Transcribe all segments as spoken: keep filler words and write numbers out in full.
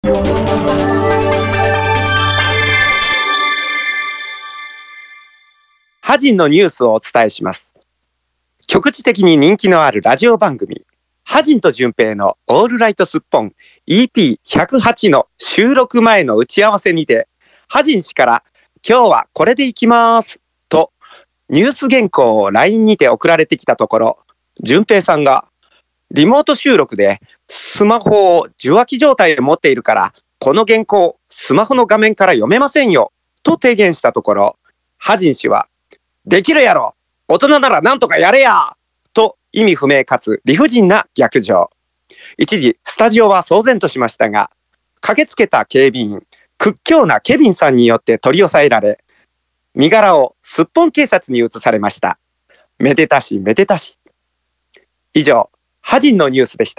ハジンのニュースをお伝えします。局地的に人気のあるラジオ番組、ハジンと順平のオールライトスッポン イーピーひゃくはち の収録前の打ち合わせにて、ハジン氏から今日はこれでいきますとニュース原稿を ライン にて送られてきたところ、順平さんがリモート収録でスマホを受話器状態で持っているからこの原稿スマホの画面から読めませんよと提言したところ、ハジン氏はできるやろ、大人ならなんとかやれやと意味不明かつ理不尽な逆上。一時スタジオは騒然としましたが、駆けつけた警備員屈強なケビンさんによって取り押さえられ、身柄をすっぽん警察に移されました。めでたしめでたし。以上、ハジンのニュースでした。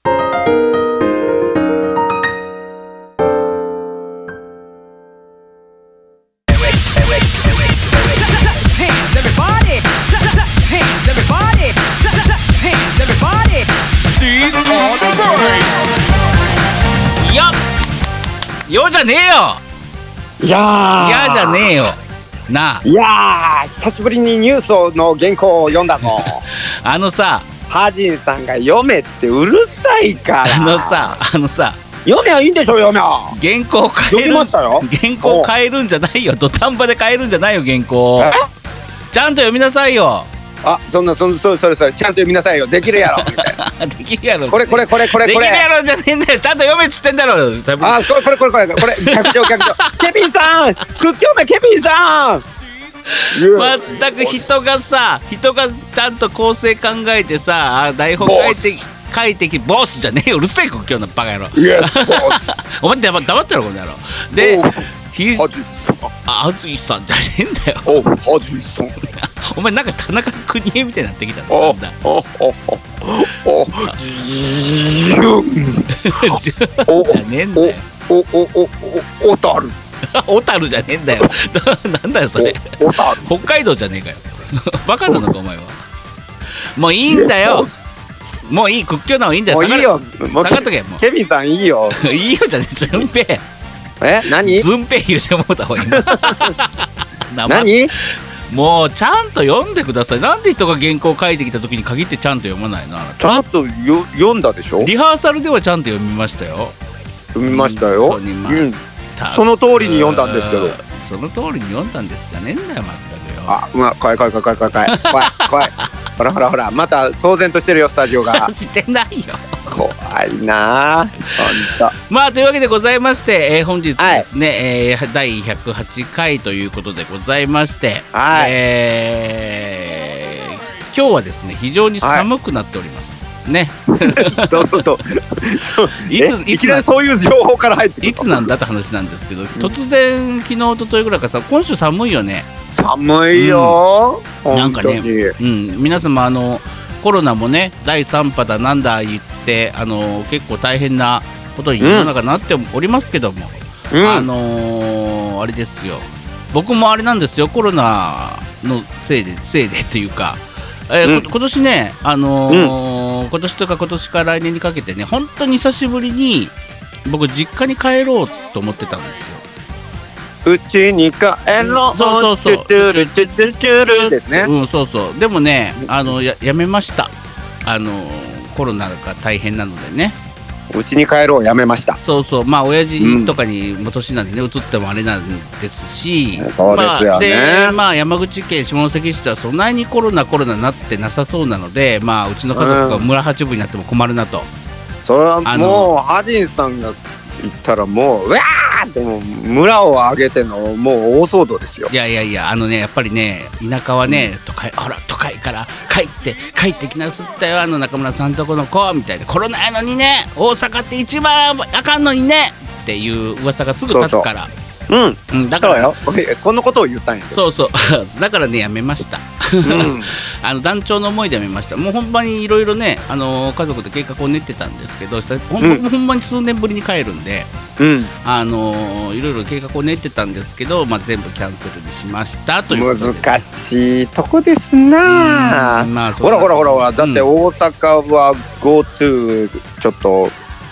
よよじゃねえよ。 いやー、 いやじゃねえよなあ。 いやー、久しぶりにニュースの原稿を読んだぞあのさ、 ハジンさんが読めってうるさいから。 あのさあのさ読めはいいんでしょ。読めは原稿変える。 読みましたよ。 原稿変えるんじゃないよ。土壇場で変えるんじゃないよ。原稿ちゃんと読みなさいよ。 あ、そんなそんそれそれそれちゃんと読みなさいよ。できるやろみたいなできるやろ。 これこれこれこれこれできるやろじゃねえんだよ。ちゃんと読めっつってんだろ。 あ、これこれこれこれこれ逆上逆上ケビンさん、屈強なケビンさん。 全く人がさ、人がちゃんと構成考えてさ、台本書いて書いてきボスじゃねえよ。うるせえ屈強なバカ野郎。お前黙ってろこの野郎で。ひハジンさん、あ、ハジンさんじゃねえんだよ。 お、ハジンさんお前なんか田中邦衛みたいになってきたんだ。 おおおおじゅんおじゃねえんだよ。 おおおおおたる小樽じゃねえんだよ。なんだよそれ。 小樽北海道じゃねえかよ。バカなのかお前は。もういいんだよ。もういい、屈強なのいいんだよ。 もういいよ。 下がっとけもう。 ケビンさんいいよ。 いいよじゃねえ。ズンペイ。 え、何？ ズンペイ言うてもうた方がいい。 何？ もうちゃんと読んでください。なんで人が原稿書いてきた時に限ってちゃんと読まないの？ ちゃんとよ読んだでしょ？ リハーサルではちゃんと読みましたよ。 読みましたよ。うん、その通りに読んだんですけど。 その通りに読んだんですじゃねえんだよ、まったくよ。 あ、うわ、怖い怖い怖い怖い怖い怖い怖い。ほらほらほら、また騒然としてるよスタジオが。 してないよ。 怖いな。 まあというわけでございまして、えー、本日ですね、はい、えー、だいひゃくはちかいということでございまして、はい、えー、今日はですね非常に寒くなっております。はいね、 どうぞどうぞいついきなりそういう情報から入ってくる。 いつなんだって話なんですけど、うん、突然昨日一昨日ぐらいからさ、今週寒いよね。 寒いよ、 うん、なんかね、うん、皆様あのコロナもねだいさん波だなんだ言ってあの結構大変なことに世の中になっておりますけども、うん、あのー、あれですよ、僕もあれなんですよ、コロナのせいでせいでというか、えーうん、今年ね、あのーうん、今年とか今年から来年にかけてね、本当に久しぶりに僕実家に帰ろうと思ってたんですよ。 うちに帰ろう、 そうそうそう、 トゥルトゥルトゥルですね。 うん、そうそう。でもね、あの や, やめました。あのコロナが大変なのでね。 うちに帰ろうやめました。 そうそう、まあ親父とかにも年なんでね、移ってもあれなんですし、 うん、そうですよね。 まあ、でまあ山口県下関市ではそんなにコロナコロナになってなさそうなので、まあうちの家族が村八分になっても困るなと。うん、 それはもうハジンさんが言ったらもううわーってもう村を挙げてのもう大騒動ですよ。 いやいやいや、あのねやっぱりね田舎はね、うん、都会、ほら都会から帰って帰ってきなすったよ、あの中村さんとこの子みたいな、コロナやのにね大阪って一番あかんのにねっていう噂がすぐ立つから。そうそう、うんうん、だからよ、 そんなことを言ったんや。 そうそうだからねやめました、うん、あの団長の思いでやめました。もうほんまにいろいろね、あの家族で計画を練ってたんですけど、ほん、うん、ほんまに数年ぶりに帰るんで、うん、あのいろいろ計画を練ってたんですけど、まあ、全部キャンセルにしましたということで。 難しいとこですな、まあ、ほらほらほらほら、だって大阪は GoTo ちょっと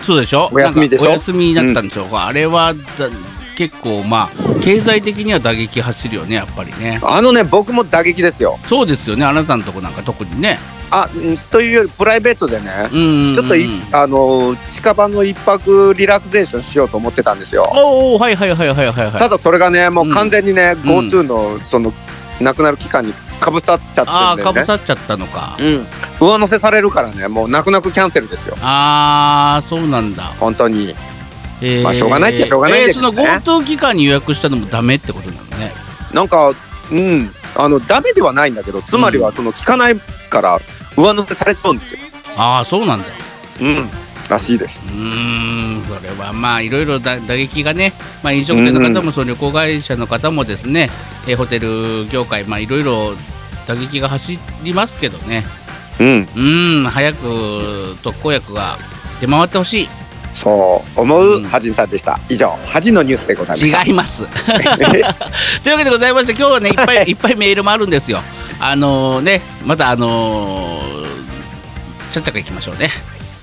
そうでしょ。 お休みでしょ。 お休みだったんでしょう、うん、あれはだ結構まあ経済的には打撃走るよね、やっぱりね。 あのね、僕も打撃ですよ。 そうですよね、あなたのとこなんか特にね。 あ、というよりプライベートでね、 うんうんうん、 ちょっといあの近場の一泊リラクゼーションしようと思ってたんですよ。 おお、はいはいはいはいはいはい。 ただそれがね、もう完全にね、 うん、 GoTo のそのなくなる期間にかぶさっちゃってるんで、ね、 あーかぶさっちゃったのか、 うん、上乗せされるからね、もう泣く泣くキャンセルですよ。 ああ、そうなんだ。 本当に、 えー、 まあしょうがないっちゃしょうがないですよね。 えー、その GoTo 期間に予約したのもダメってことなのね。 なんか、うん、あのダメではないんだけど、つまりはその効かないから上乗せされちゃうんですよ。 ああ、そうなんだ。 うん、らしいです。 うーん、それはまあいろいろ打撃がね、まあ、飲食店の方もその旅行会社の方もですね、えホテル業界、まあいろいろ打撃が走りますけどね。 うん、 うん、早く特効薬が出回ってほしい。 そう思う、うん、ハジンさんでした。以上、ハジのニュースでございました。 違いますというわけでございまして、今日はね、いっぱいいっぱいメールもあるんですよ。あのー、ね、またあのー、ちゃっちゃかいきましょうね。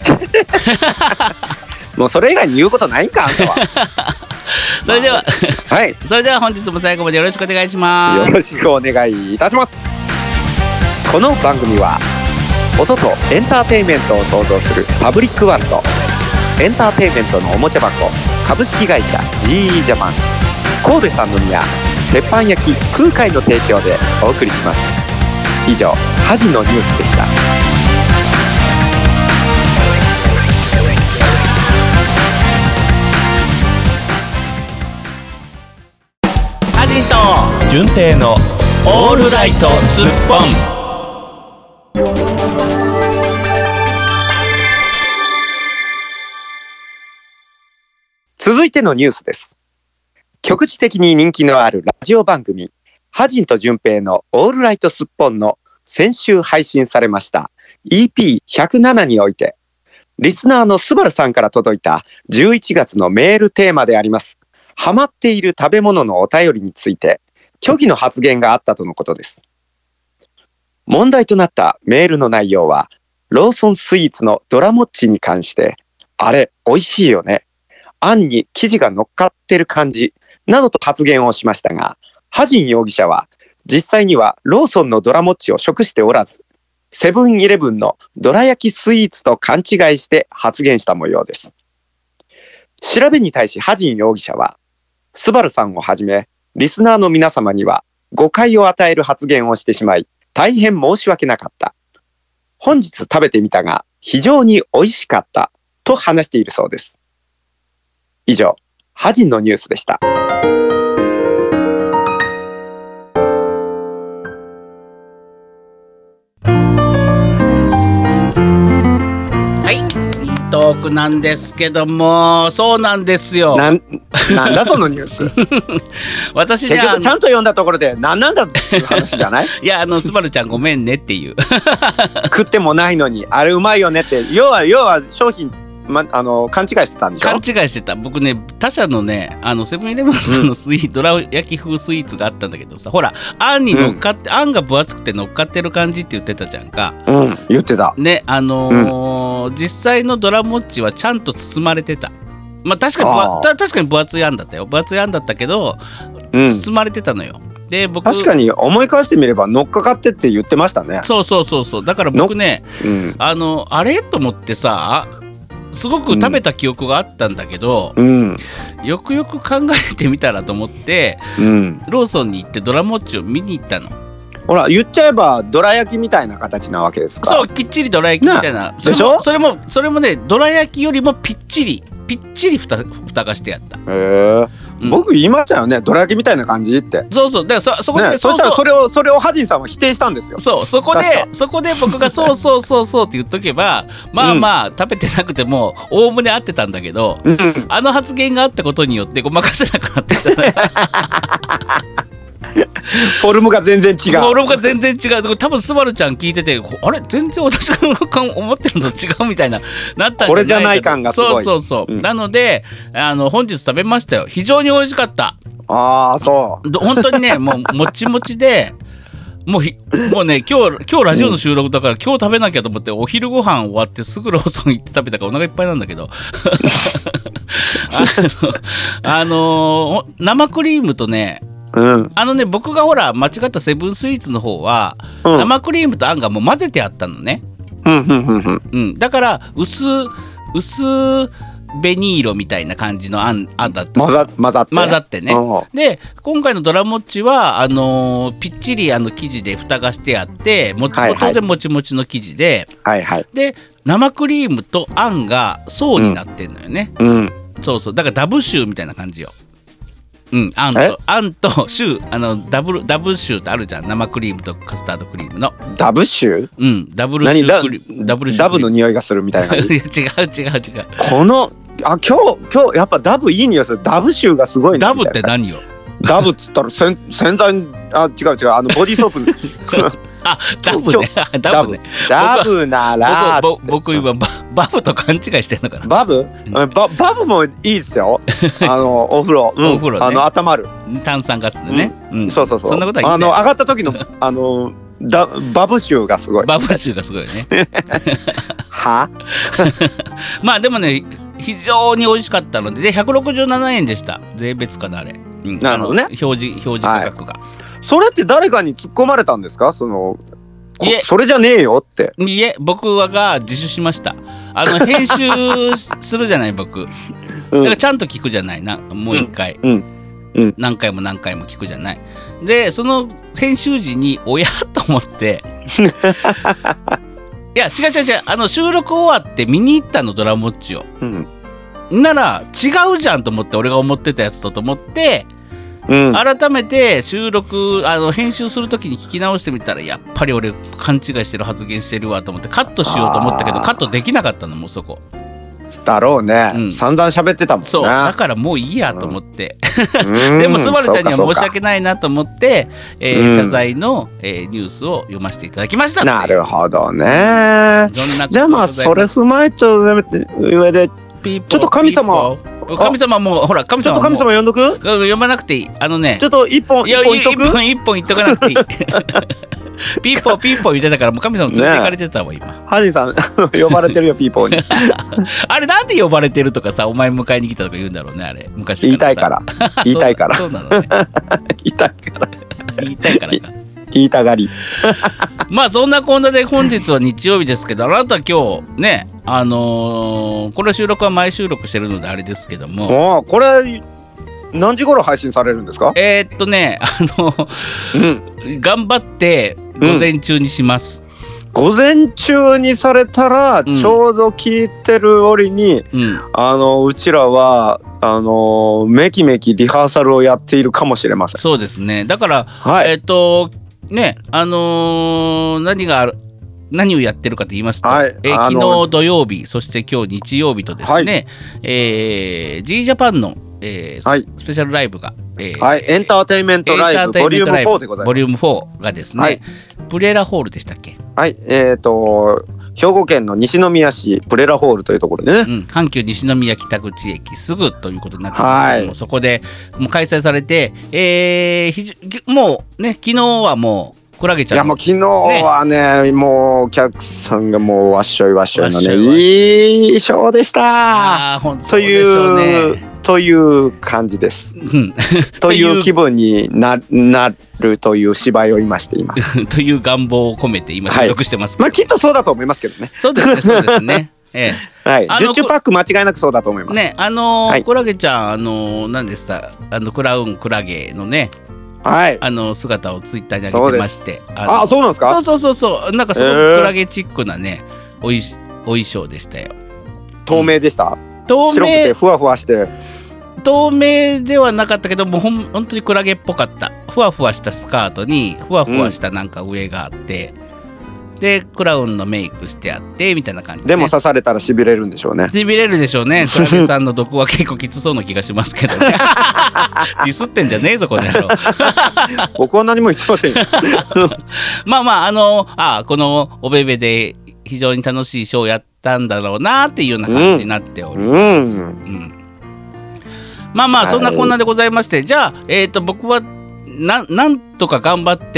もうそれ以外に言うことないんか、あんたは。 それでは、 まあ、はい、 それでは本日も最後までよろしくお願いします。 よろしくお願いいたします。この番組は音とエンターテインメントを創造するパブリックワンとエンターテインメントのおもちゃ箱株式会社 ジーイー ジャパン、神戸三宮鉄板焼き空海の提供でお送りします。以上、ハジのニュースでした。 ハジと純正のオールライトスッポン。 続いてのニュースです。局地的に人気のあるラジオ番組ハジンと純平のオールライトスッポンの先週配信されました イーピーひゃくなな において、リスナーのスバルさんから届いたじゅういちがつのメールテーマでありますハマっている食べ物のお便りについて虚偽の発言があったとのことです。問題となったメールの内容は、ローソンスイーツのドラモッチに関して、あれ美味しいよね、あんに生地が乗っかってる感じなどと発言をしましたが、ハジン容疑者は実際にはローソンのドラモッチを食しておらず、セブンイレブンのどら焼きスイーツと勘違いして発言した模様です。調べに対しハジン容疑者は、スバルさんをはじめリスナーの皆様には誤解を与える発言をしてしまい大変申し訳なかった、本日食べてみたが非常に美味しかったと話しているそうです。以上、ハジンのニュースでした。 トークなんですけども、そうなんですよ。 なん、なんだそのニュース。 私じゃ結局ちゃんと読んだところで何なんだっていう話じゃない？ いや、あのスバルちゃんごめんねっていう。 食ってもないのにあれうまいよねって、要は要は商品、ま、あの勘違いしてたんでしょ。 勘違いしてた。僕ね、他社のね、あのセブンイレブンさんのスイーツ、うん、どら焼き風スイーツがあったんだけどさ、ほら、あんに乗っかって、うん、あんが分厚くて乗っかってる感じって言ってたじゃんか。 うん、言ってた。 ね、あのーうん、実際のドラモッチはちゃんと包まれてた。まあ確かにあた確かに分厚いあんだったよ。分厚いあんだったけど、うん、包まれてたのよ。で僕確かに思い返してみれば乗っかかってって言ってましたね。 そうそうそうそう。だから僕ね、うん、あのあれと思ってさ。すごく食べた記憶があったんだけど、うん、よくよく考えてみたらと思って、うん、ローソンに行ってドラモッチを見に行ったの。 ほら言っちゃえばどら焼きみたいな形なわけですか。 そう、きっちりどら焼きみたいな。 でしょ。 それもそれもね、どら焼きよりもぴっちりぴっちりふた蓋がしてやった。 へえ、うん、僕言いましたよね、どら焼きみたいな感じって。 そうそう。で そ, そこで、 ね、そしたらそれをそれをハジンさんは否定したんですよ。 そう、そこでそこで僕がそうそうそうそうって言っとけばまあまあ、うん、食べてなくてもおおむね合ってたんだけど、うん、あの発言があったことによってごまかせなくなってたね。 フォルムが全然違う。 フォルムが全然違う。多分スバルちゃん聞いてて、あれ全然私が思ってるのと違うみたいななったんじゃないか。 これじゃない感がすごい。 そうそうそう、うん、なのであの本日食べましたよ。非常に美味しかった。 ああ、そう。 本当にね、もうもちもちでもうひもうね今日今日ラジオの収録だから、うん、今日食べなきゃと思ってお昼ご飯終わってすぐローソン行って食べたからお腹いっぱいなんだけどあの、あのー、生クリームとね、うん、あのね僕がほら間違ったセブンスイーツの方は、うん、生クリームとあんがもう混ぜてあったのね、うんうんうんうんうん、だから薄薄紅色みたいな感じのあん、あんだった。 混ざ、混ざって混ざってね。で今回のドラモッチはあのー、ぴっちりあの生地で蓋がしてあってもち、はいはい、当然もちもちの生地で、はいはい、で生クリームとあんが層になってんのよね、うんうん、そうそうだからダブシューみたいな感じよ。うん、あんとあんとシューあのダブルダブシューってあるじゃん。生クリームとカスタードクリームのダブシュー、 うんダブルシュークリームダブルシューダブの匂いがするみたいな違う違う違うこのあ今日今日やっぱダブいい匂いする。ダブシューがすごいね。 ダブって何よ。 ダブっつったら洗洗剤あ違う違うあのボディーソープあダブねダブねダブなら僕, 僕今バ, バブと勘違いしてんのかな。 バブ、うん、バ, バブもいいですよあのお風呂、うん、お風呂、ね、あの温まる炭酸ガスでね、 うんうん、そうそうそうそんなことはいい、 ね、あの上がった時のあのだバブ臭がすごいバブ臭がすごいねはまあでもね非常に美味しかったので、でひゃくろくじゅうななえんでした。税別かなあれ、うん、 なるほどね。 表示表示価格が、はい、 それって誰かに突っ込まれたんですか。そのいえそれじゃねえよって。 いえ僕はが自首しました。あの編集するじゃない僕、うん、だからちゃんと聞くじゃないなもう一回、うんうんうん、何回も何回も聞くじゃない。でその編集時におやと思っていや違う違う違うあの収録終わって見に行ったのドラモッチを、うん、なら違うじゃんと思って俺が思ってたやつとと思って、うん、改めて収録あの編集する時に聞き直してみたらやっぱり俺勘違いしてる発言してるわと思ってカットしようと思ったけどカットできなかったのもうそこだろうね、うん、散々喋ってたもんね。 そうだからもういいやと思って、うん、でもスバルちゃんには申し訳ないなと思って、えー、謝罪の、えー、ニュースを読ませていただきました。 なるほどね。じゃあまあそれ踏まえた上でちょっと神様神様もうほら神様ちょっと神様呼んどく。 読まなくていいあのねちょっと一本一本いっとく。 一本一本いっとかなくていいピーポーピーポー言ってたからもう神様連れて行かれてたわ今。 ハジンさん呼ばれてるよピーポーにあれなんで呼ばれてるとかさお前迎えに来たとか言うんだろうねあれ昔言いたいから言いたいからそうなのね言いたいから言いたいからか言いたがりまあそんなこんなで本日は日曜日ですけどあなた今日ねあのー、これ収録は毎収録してるのであれですけどもこれ何時頃配信されるんですか。 えー、っとねあの、うん、頑張って午前中にします、 うん、午前中にされたら、うん、ちょうど聞いてる折に、うん、あのうちらはあのめきめきリハーサルをやっているかもしれません。 そうですねだから、はい、えー、っとねあのー、何がある何をやってるかと言いますと、はい、えー、昨日土曜日そして今日日曜日とですね、はい、えー、G ジャパンのえーはい、スペシャルライブが、えーはい、エンターテインメントライブボリュームフォーでございます。 ボリュームフォーがですね、はい、プレラホールでしたっけ。 はいえーと兵庫県の西宮市プレラホールというところでね、うん、 阪急西宮北口駅すぐということになってますけども、はい、そこでもう開催されて、えー、ひもうね昨日はもうクラゲちゃんいやもう昨日は ね, ねもうお客さんがもうわっしょいわっしょいのねいいショーでしたあ本当でしょうねというという感じです、うん、という気分に な, なるという芝居を今していますという願望を込めて今収録してますけど、 はいまあ、きっとそうだと思いますけどね。 そうですねそうですねええ、 はい、じゅっちゅうパック間違いなくそうだと思いますね。あのーはい、クラゲちゃんあのー、何でしたあのクラウンクラゲのねはい、あの姿をツイッターに上げてましてああそうなんですか。 そうそうそうそうなんかすごくクラゲチックなねおいお衣装でしたよ。 透明でした、うん、 透明白くてふわふわして透明ではなかったけどもうほん本当にクラゲっぽかったふわふわしたスカートにふわふわしたなんか上があって、うん、でクラウンのメイクしてあってみたいな感じで,、ね、でも刺されたらしびれるんでしょうね。 しびれるでしょうね。クラゲさんの毒は結構きつそうな気がしますけどねディスってんじゃねえぞこの野郎僕は何も言ってませんよまあまああのあこのおべべで非常に楽しいショーをやったんだろうなっていうような感じになっております、うんうんうんまあまあそんなこんなでございまして、はい、じゃあ、えー、と僕は な, なんとか頑張って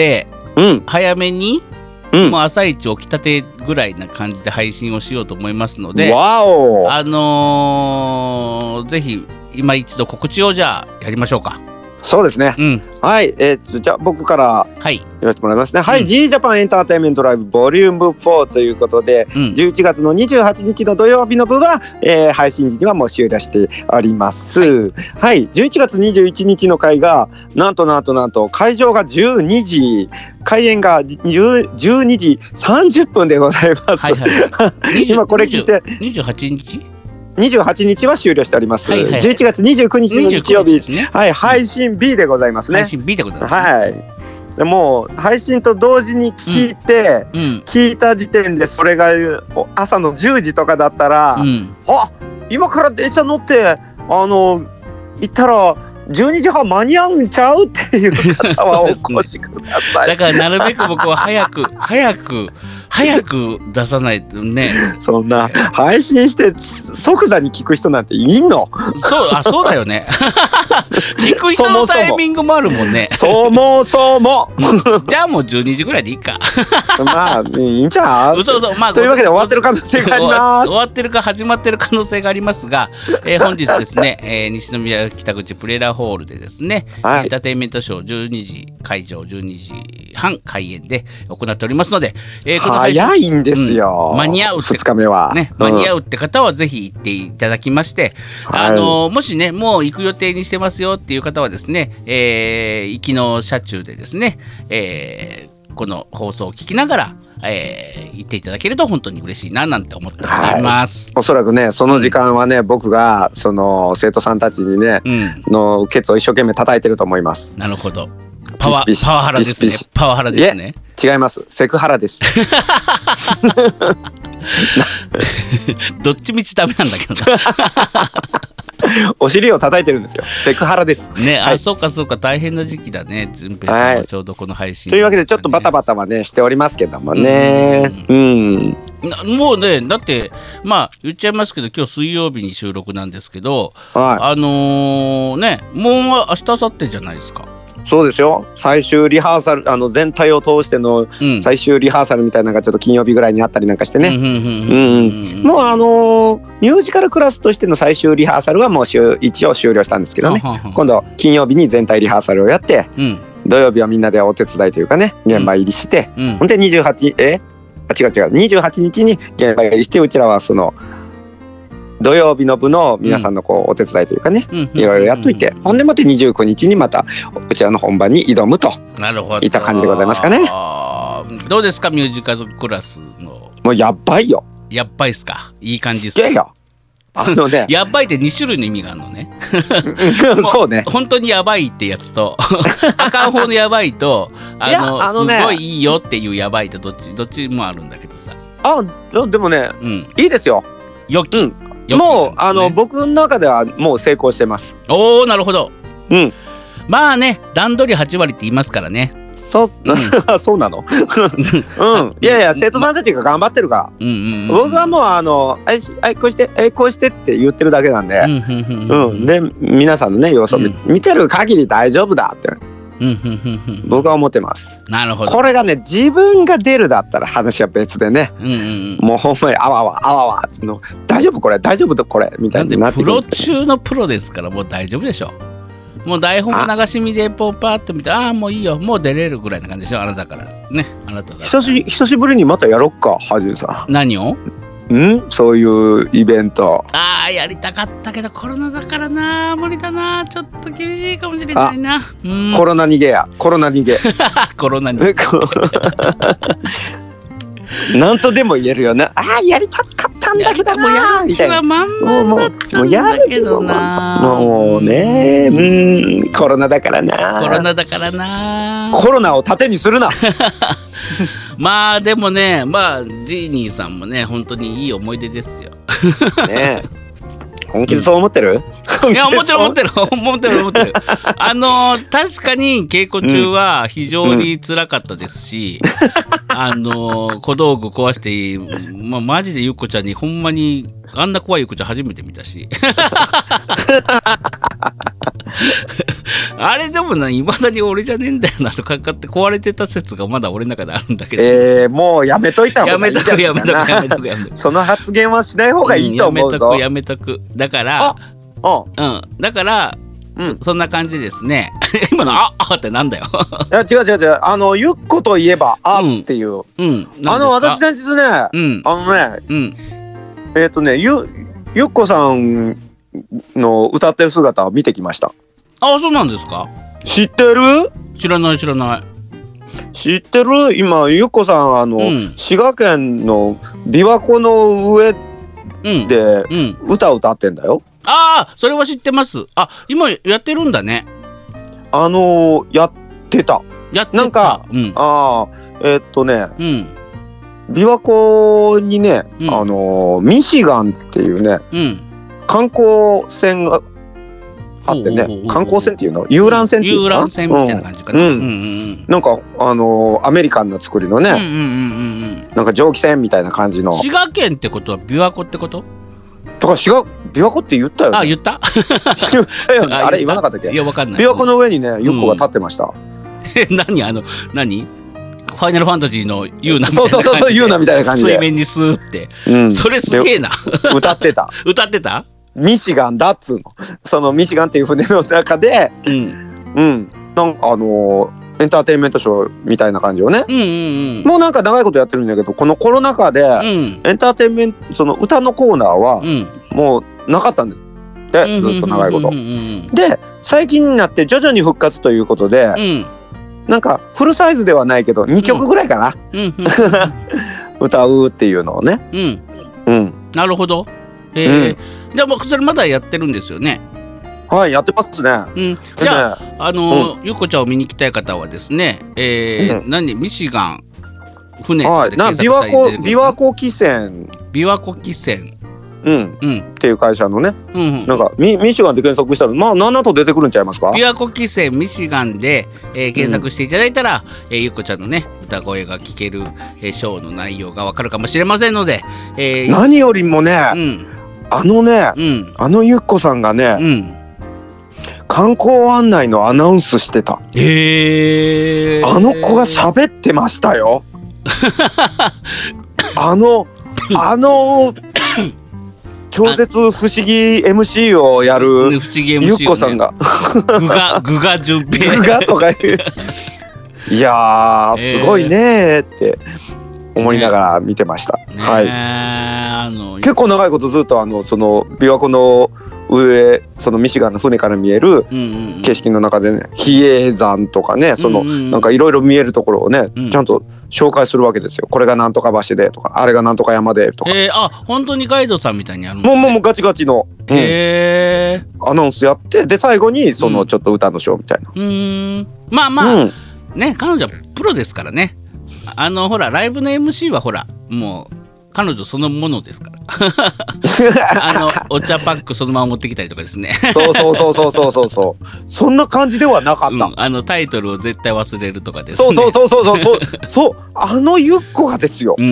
うん、 早めに、 うん、 もう朝一起きたてぐらいな感じで配信をしようと思いますので、 わお、 あのー、ぜひ今一度告知をじゃあやりましょうか。 そうですね、うん、はい、えー、じゃあ僕から言わせてもらいますね。はい、うん、G ジャパンエンターテインメントライブボリュームフォーということで、うん、じゅういちがつのにじゅうはちにちの土曜日の部は、えー、配信時にはもう終了しております。はい、はい、じゅういちがつにじゅういちにちの回がなんとなんとなんと会場がじゅうにじ、開演がじゅうにじさんじゅっぷんでございます。はいはい、今これ聞いてにじゅうはちにちにじゅうはちにちは終了しております。はいはいはい、じゅういちがつにじゅうくにちの日曜日、ね、はい、配信 B でございますね。 配信 B でございます、 ね。はい。でもう配信と同時に聞いて、うんうん、聞いた時点でそれが朝のじゅうじとかだったら、うん、あ、今から電車乗ってあの行ったらじゅうにじはん間に合うんちゃうっていう方はお越しください。 だからなるべく僕は早く早く早く出さないとね。 そんな配信して即座に聞く人なんていんの？ そう、あ、そうだよね。聞く人のタイミングもあるもんね。 そもそもじゃあもうじゅうにじぐらいでいいか。 まあいいんちゃう？ 嘘嘘、まあ、 というわけで終わってる可能性があります。 終わってるか始まってる可能性がありますが、えー、本日ですね、えー、西宮北口プレラホールでですね、はい、エンターテインメントショーじゅうにじ会場じゅうにじはん開演で行っておりますので、えー、この早いんですよ、 うん、間に合うってふつかめは、 ね、間に合うって方はぜひ行っていただきまして、うん、あのもしねもう行く予定にしてますよっていう方はですね、えー、行きの車中でですね、えー、この放送を聞きながらえー、言っていただけると本当に嬉しいななんて思っております、 はい、おそらくねその時間はね、うん、僕がその生徒さんたちにね、うん、のケツを一生懸命叩いてると思います。 なるほど。パワーパワハラですね。パワハラですね。 違います、セクハラです。 どっちみちダメなんだけどな。 お尻を叩いてるんですよ。セクハラですね。あ、はい、そうかそうか、大変な時期だね。順平さんはちょうどこの配信、ね、 というわけでちょっとバタバタはねしておりますけどもね。うん、うんうん、もうねだってまあ言っちゃいますけど今日水曜日に収録なんですけど、はい、あのー、ねもう明日明後日じゃないですか。 そうですよ。最終リハーサル、あの全体を通しての最終リハーサルみたいなのがちょっと金曜日ぐらいにあったりなんかしてね。もうあのー、ミュージカルクラスとしての最終リハーサルはもう一応終了したんですけどね。今度金曜日に全体リハーサルをやって、うん、土曜日はみんなでお手伝いというかね現場入りして、うん、ほんでにじゅうはちえあ違う違うにじゅうはちにちに現場入りしてうちらはその土曜日の部の皆さんのこうお手伝いというかね、うん、いろいろやっといて、ほんでもってにじゅうくにちにまたうちらの本番に挑むといった感じでございますかね。 どうですかミュージカルクラスの。 もうやっばいよ。 やっばいっすか。いい感じですか。 すげえよ。あのね、 やばいってに種類の意味があるのね。 そうね。 本当にやばいってやつとあかん方のやばいとあのあの、ね、すごいいいよっていうやばいとどっちどっちもあるんだけどさ。 あでもね、うん、いいですよ。 よき、うんもう、ね、あの僕の中ではもう成功してます。 おーなるほど。 うん。 まあね段取りはちわりって言いますからね。 そう、うん、そうなの。うん。いやいや生徒さんたちが頑張ってるから。うんうんうんうん、僕はもうあのあいあいこうしてあいこうしてって言ってるだけなんで。うんうんうん、で皆さんのね様子を見、うん、見てる限り大丈夫だって。僕は思ってます。 なるほど。 これがね自分が出るだったら話は別でね、うんうんうん、もうほんまにあわわあわわっての大丈夫これ大丈夫とこれみたいになってくるんですけど、 プロ中のプロですからもう大丈夫でしょ。もう台本流し見でポーパーって見て あ, あもういいよもう出れるぐらいな感じでしょあなたからね。あなただ久し久しぶりにまたやろっかはじめさん。 何をんそういうイベント。 ああやりたかったけどコロナだからな無理だなちょっと厳しいかもしれないな。 うんコロナ逃げやコロナ逃げコロナ逃げなんとでも言えるよな。ああやりたかったんだけどなみたいな。 もうだったんだけどなもうねうんコロナだからなコロナだからなコロナを盾にするな。 まあでもねまあジーニーさんもね本当にいい思い出ですよ。 ねえ本気でそう思ってる？ いやもちろん思ってる思ってる思ってる。あの確かに稽古中は非常に辛かったですし、うん、あの小道具壊して、まあ、マジでゆっこちゃんにほんまにあんな怖いゆっこちゃん初めて見たしあれでもな、いまだに俺じゃねえんだよなとかかって壊れてた説がまだ俺の中であるんだけど、 えー、もうやめといた方がいいんじゃないかな。 やめとくやめとくやめとくやめとくその発言はしない方がいいと思うぞ、 うん、やめとくやめとく。だからあうんだからうん、 そ, そんな感じですね。今のああってなんだよ。 いや違う違う違う、あのゆっこといえばあっていう、 うんうん、 あの私先日ね、 うん、 あのね、 うん、 えっ、ー、とねゆゆっこさんの歌ってる姿を見てきました。 あ、そうなんですか。 知ってる？ 知らない知らない。 知ってる？今ゆっこさんあの、うん、滋賀県の琵琶湖の上で歌を歌ってんだよ。うんうん、 ああ、それは知ってます。あ、今やってるんだね。 あのー、やってた。 やってた。 なんか、 うん、 ああ、えー、っとね、 うん、 琵琶湖にね、 うん、 あのー、ミシガンっていうね、 うん、 観光船があってね、観光船っていうの、遊覧船っていうの、 遊覧船みたいな感じかな。 うんうんうん、なんかあのー、アメリカンな作りのね、うんうんうんうん、なんか蒸気船みたいな感じの。 滋賀県ってことは琵琶湖ってこと？ とか滋賀琵琶湖って言ったよね。 あ、言った言ったよね。あれ言わなかったっけ？ いや、わかんない。 琵琶湖の上にねゆっこが立ってました。 うん、何あの何ファイナルファンタジーのユーナみたいな感じで、 そうそうそうそう、ユーナみたいな感じで水面にスーって、うん、それすげえな。 歌ってた歌ってたミシガンだっつうの。そのミシガンっていう船の中で、うん、うん、なんかあのーエンターテインメントショーみたいな感じをね、うんうんうん、もうなんか長いことやってるんだけど、このコロナ禍で、うん、エンターテインメントその歌のコーナーはもうなかったんですで、うん、ずっと長いこと、うんうんうん、で最近になって徐々に復活ということで、うん、なんかフルサイズではないけどにきょくぐらいかな、うんうん、歌うっていうのをね、 うんうん、なるほど。えーうん、でもそれまだやってるんですよね。 はい、やってますね。 うん、じゃあ、ね、あのーうん、ゆっこちゃんを見に行きたい方はですね、えーうん、何ミシガン船で検索されてる、はい、 琵琶湖汽船琵琶湖汽船、 うんうん、っていう会社のね、うんうん、なんか ミ, ミシガンで検索したらまあ何だと出てくるんちゃいますか。 琵琶湖汽船ミシガンで、えー、検索していただいたら、うんえー、ゆっこちゃんのね歌声が聞ける、えー、ショーの内容がわかるかもしれませんので、 えー、何よりもね、うん、あのね、うん、あのゆっこさんがね、うん観光案内のアナウンスしてた。 へー、 あの子が喋ってましたよ。あのあの超絶不思議 エムシー をやるゆっこさんが具が具が順平具がとか言ういやーすごいねーって思いながら見てました。ね、はい。あの結構長いことずっとあのその琵琶湖の上そのミシガンの船から見える景色の中でね、比叡山とかね、そのなんかいろいろ見えるところをね、うん、ちゃんと紹介するわけですよ。これがなんとか橋でとか、あれがなんとか山でとか。 えー、あ、本当にガイドさんみたいにあるの、ね、 もうもうもうガチガチの、 うん、えー、 アナウンスやって、で最後にそのちょっと歌のショーみたいな。 うん、うーんまあまあ、うん、ね、彼女はプロですからね。あのほらライブの エムシー はほらもう彼女そのものですからあのお茶パックそのまま持ってきたりとかですねそうそうそうそうそうそうそうそんな感じではなかった、うん、 あのタイトルを絶対忘れるとかですね。そうそうそうそうそうそうそうあのゆっこがですよ。うん、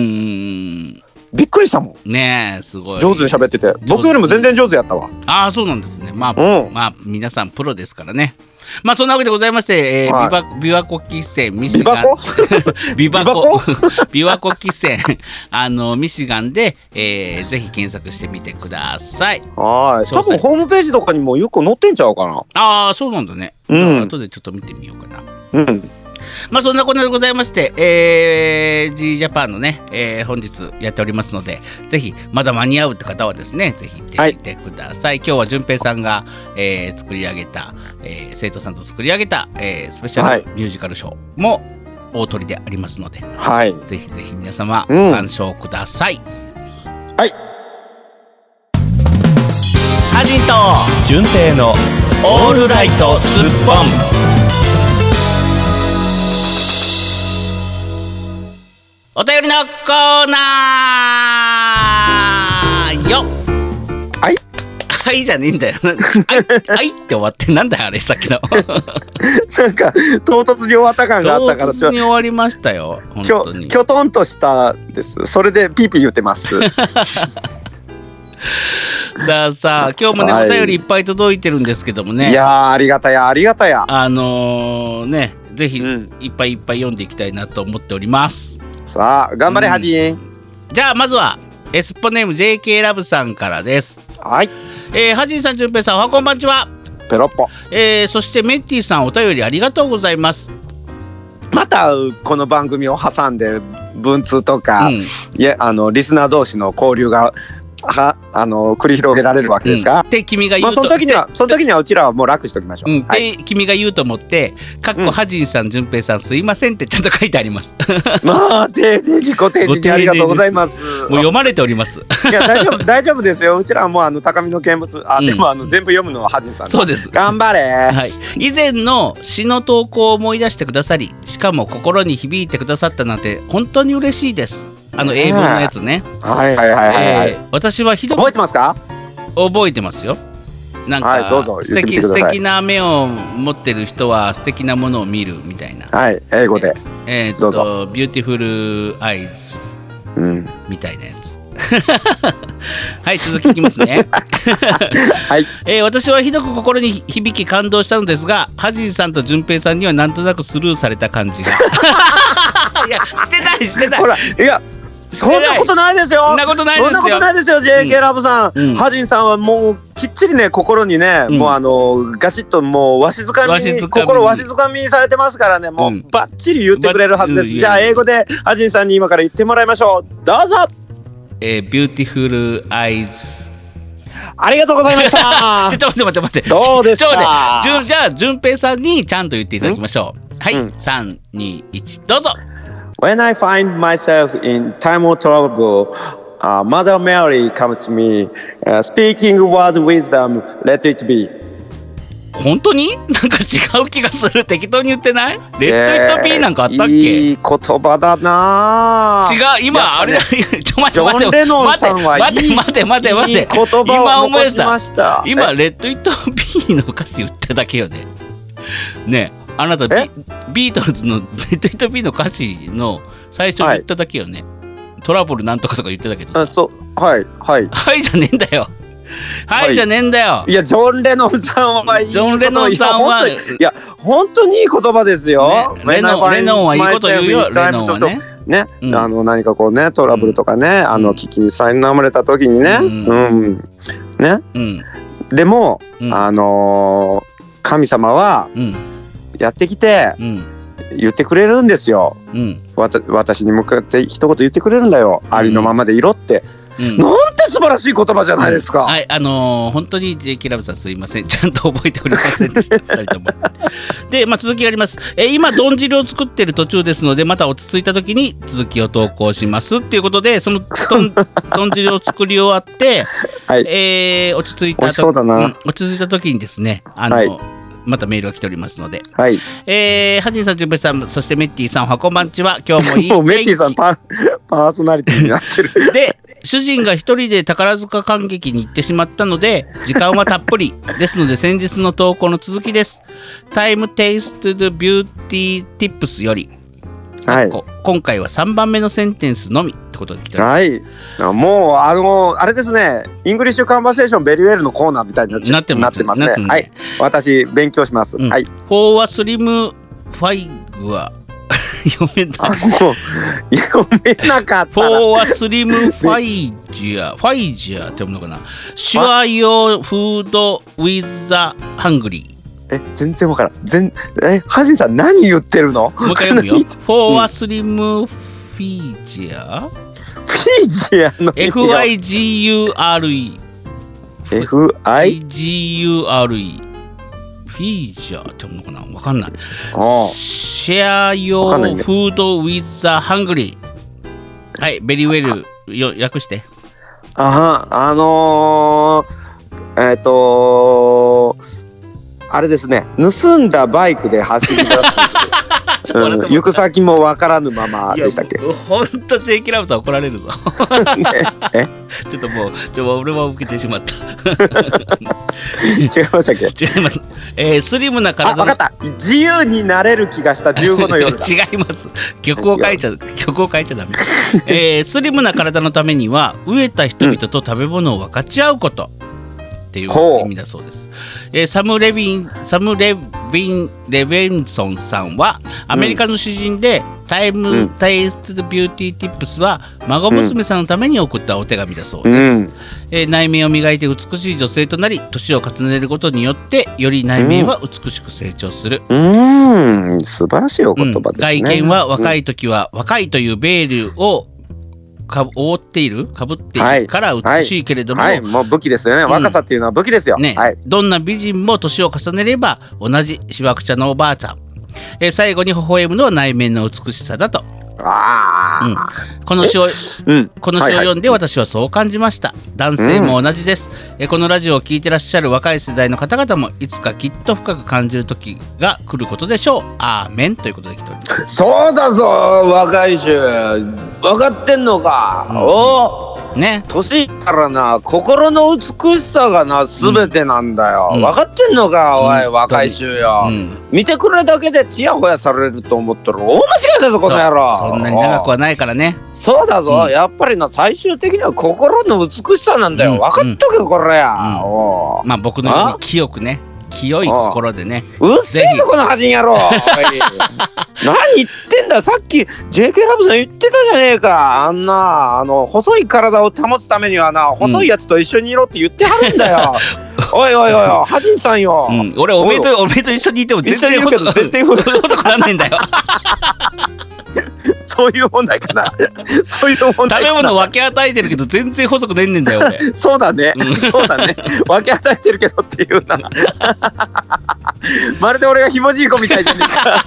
びっくりしたもんね。えすごい上手に喋ってて、僕よりも全然上手やったわ。 ああそうなんですね。まあ、うん、まあ皆さんプロですからね。まあそんなわけでございまして、えーはい、琵琶湖汽船ミシガン琵琶湖琵琶湖汽船あのミシガンで、えー、ぜひ検索してみてください。 はい、多分ホームページとかにもよく載ってんちゃうかな。 ああそうなんだね。うん、後でちょっと見てみようかな。うん。まあそんなことでございまして、えー、G ジャパンのね、えー、本日やっておりますので、ぜひまだ間に合うって方はですね、ぜひ行ってみてください。はい、今日は順平さんが、えー、作り上げた、えー、生徒さんと作り上げた、えー、スペシャルミュージカルショーも大取りでありますので、はい、ぜひぜひ皆様ご鑑賞ください。 うん、はい。 ハジンと順平のオールライトスッポン。お便りのコーナーよ。 はいはいじゃねえんだよ。はいはいって終わってなんだよあれさっきのなんか唐突に終わった感があったから唐突に終わりましたよ本当に。 きょとんとしたです。それでピーピー言ってますさあさあ今日もね、はい、お便りいっぱい届いてるんですけどもね。 いやーありがたやありがたや。 あのー、ねぜひいっぱいいっぱい読んでいきたいなと思っております。 さあ頑張れ、うん、ハジン。 じゃあまずはエスポネーム ジェーケー ラブさんからです。 はい、 えー、ハジンさん、じゅんぺいさん、おはこんばんちは。 ペロッポ。 えー、そしてメッティさん、お便りありがとうございます。 またこの番組を挟んで文通とか、うん、いやあのリスナー同士の交流がはあの繰り広げられるわけですか、 うん、で君が言うと、 まあ、その時にはその時にはうちらはもう楽しておきましょう、 うんはい、で君が言うと思ってかっこハジンさん、じゅんぺいさんすいませんってちゃんと書いてありますまあ丁寧にご丁寧にありがとうございます。 もう読まれております。 いや大丈夫大丈夫ですよ。うちらはもうあの高みの見物あ、うん、でもあの全部読むのはハジンさん。 そうです。 頑張れ、 はい、以前の詩の投稿を思い出してくださり、しかも心に響いてくださったなんて本当に嬉しいです。あの英文のやつね。 はいはいはいはい、はい、 えー、私はひどく覚えてますか？ 覚えてますよ。なんか、はい、どうぞ素敵素敵な目を持ってる人は素敵なものを見るみたいな。 はい、英語で。 えー、っとどうぞ。ビューティフルアイズみたいなやつ。はい、続きいきますね。 はい、 えー、私はひどく心に響き感動したのですが、ハジンさんと順平さんにはなんとなくスルーされた感じが。いや、してないしてない。 ほら、いや。そんなことないですよ。 そんなことないですよ。 そんなことないですよ。 ジェーケー ラブさん、うん、ハジンさんはもうきっちりね心にね、うん、もうあのガシッともうわしづかみに心わしづかみにされてますからね、もうバッチリ言ってくれるはずです、うん、じゃあ英語でハジンさんに今から言ってもらいましょう。どうぞ。 えー、ビューティフルアイズ。 ありがとうございました。 ちょっと待って待って待って。 どうですか。 じゅんじゃあ順平さんにちゃんと言っていただきましょう。はい、うん、さんにいちどうぞ。 When I find myself in time of trouble, uh, Mother Mary comes to me, uh, speaking word wisdom, let it be. 本当になんか違う気がする。適当に言ってない？ Let it be なんかあったっけ？ いい言葉だな。 違う、今あれだ。ちょ待って待ってジョン・レノンさんはいい待って待って待っていい言葉を残しました。 今 Let it be の歌詞言っただけよね。ねえあなた ビ, ビートルズの「レッド・イット・ビー」の歌詞の最初に言っただけよね、はい、トラブルなんとかとか言ってたけど。 あそうはいはいはいじゃねえんだよ。はい、はい、じゃねえんだよ。 いやジョン・レノンさんはいいジョン・レノンさんはいや本当にいい言葉ですよ、 ね、レノンレノンはいいこと言うよ。レノンはねね、うん、あの何かこうねトラブルとかね、うん、あの危機に苛まれた時にね、うん、うん、ね、うん、でも、うん、あのー、神様は、うんやってきて、うん、言ってくれるんですよ、うん、わた私に向かって一言言ってくれるんだよ、うん、ありのままでいろって、うん、なんて素晴らしい言葉じゃないですか、 うん、はいあのー、本当に ジェーケー ラブさんすいませんちゃんと覚えておりませんでしたふたりともで、まあ、続きがあります、えー、今豚汁を作ってる途中ですのでまた落ち着いた時に続きを投稿しますっていうことでその豚汁を作り終わって、はいえー、落ち着いたと、うん、落ち着いた時にですねあの、はいまたメールが来ておりますので、はいえー、ハジンさん、ジュンペイさん、そしてメッティさん、おはこんばんちは。今日もいいもうメッティさんパ、パーソナリティになってるで、主人が一人で宝塚観劇に行ってしまったので時間はたっぷりですので先日の投稿の続きです。Time Tasted Beauty Tips より、はい、今回はさんばんめのセンテンスのみってことで来てます。 はい、もうあのあれですね、イングリッシュカンバセーションベリーウェルのコーナーみたいになってますね。はい、私勉強します。うん、はい。 フォーはスリムファイグは読めない。 もう読めなかった。 フォーはスリムファイジアファイジアって読むのかな。シュアヨーフードウィズザハングリー。 え全然わからん。全えハジンさん何言ってるの？ もう一回読むよ。フォーはスリムフィジア。 フィジアのエフアイジーユーアールイー エフアイジーユーアールイー フィジアって読むのかな、わかんない。シェアヨーフードウィズザハングリー。はい、ベリーウェルよ訳して。 あはあのー、えっ、ー、とー、あれですね、盗んだバイクで走り出すうん、行く先も分からぬままでしたっけ。 ほんとジェイケーラブさん怒られるぞ。 えちょっともうちょ俺は受けてしまった。 違いましたっけ。 違います、えー、スリムな体の。 あ、分かった。自由になれる気がしたじゅうごの夜だ。 違います。曲を書いちゃ曲を書いちゃダメ。えー、スリムな体のためには飢えた人々と食べ物を分かち合うことっていう意味だそうです。えー、サム・レビンサムレビンレベンソンさんはアメリカの詩人で、うん、タイム、うん、タイストビューティーティップスは孫娘さんのために送ったお手紙だそうです。うん、えー、内面を磨いて美しい女性となり、年を重ねることによってより内面は美しく成長する。 うん、うん素晴らしいお言葉ですね。 うん、外見は若い時は、うん、若いというベールをか覆っているかぶっているから美しいけれども、 はいはいはい、もう武器ですよね、うん、若さっていうのは武器ですよ、ねはい、 どんな美人も年を重ねれば同じしわくちゃのおばあちゃん、えー、最後に微笑むのは内面の美しさだと。あ、うん、この詩を、うん、この詩を読んで私はそう感じました。男性も同じです、うん、えこのラジオを聞いてらっしゃる若い世代の方々もいつかきっと深く感じる時が来ることでしょう。アーメンということで来ております。 そうだぞ若い衆分かってんのか、うん、おね、年からな心の美しさがな全てなんだよ、うん、分かってんのか、うん、おい若い衆よ、うん、見てくれだけでチヤホヤされると思ってる大間違いだぞこの野郎。 そ, そんなに長くはないからね。 そうだぞ、うん、やっぱりな最終的には心の美しさなんだよ、うん、分かっとけこれや、うん、 おまあ僕のように清くね清い心でね。 うっせえぞこの恥野郎何言ってんだ。さっき ジェイケー ラブさん言ってたじゃねえか。あんなあの細い体を保つためにはな細いやつと一緒にいろって言ってはるんだよ、うん、おいおいおいおいハジンさんよ、うん、 俺おめでとうおめでとう一緒にいても全然細く全然細くなんないんだよそういう問題かなそういう問題かな。 食べ物分け与えてるけど全然細くねんねんだよ俺そうだね、うん、そうだね分け与えてるけどっていうなまるで俺がひもじい子みたいじゃねえか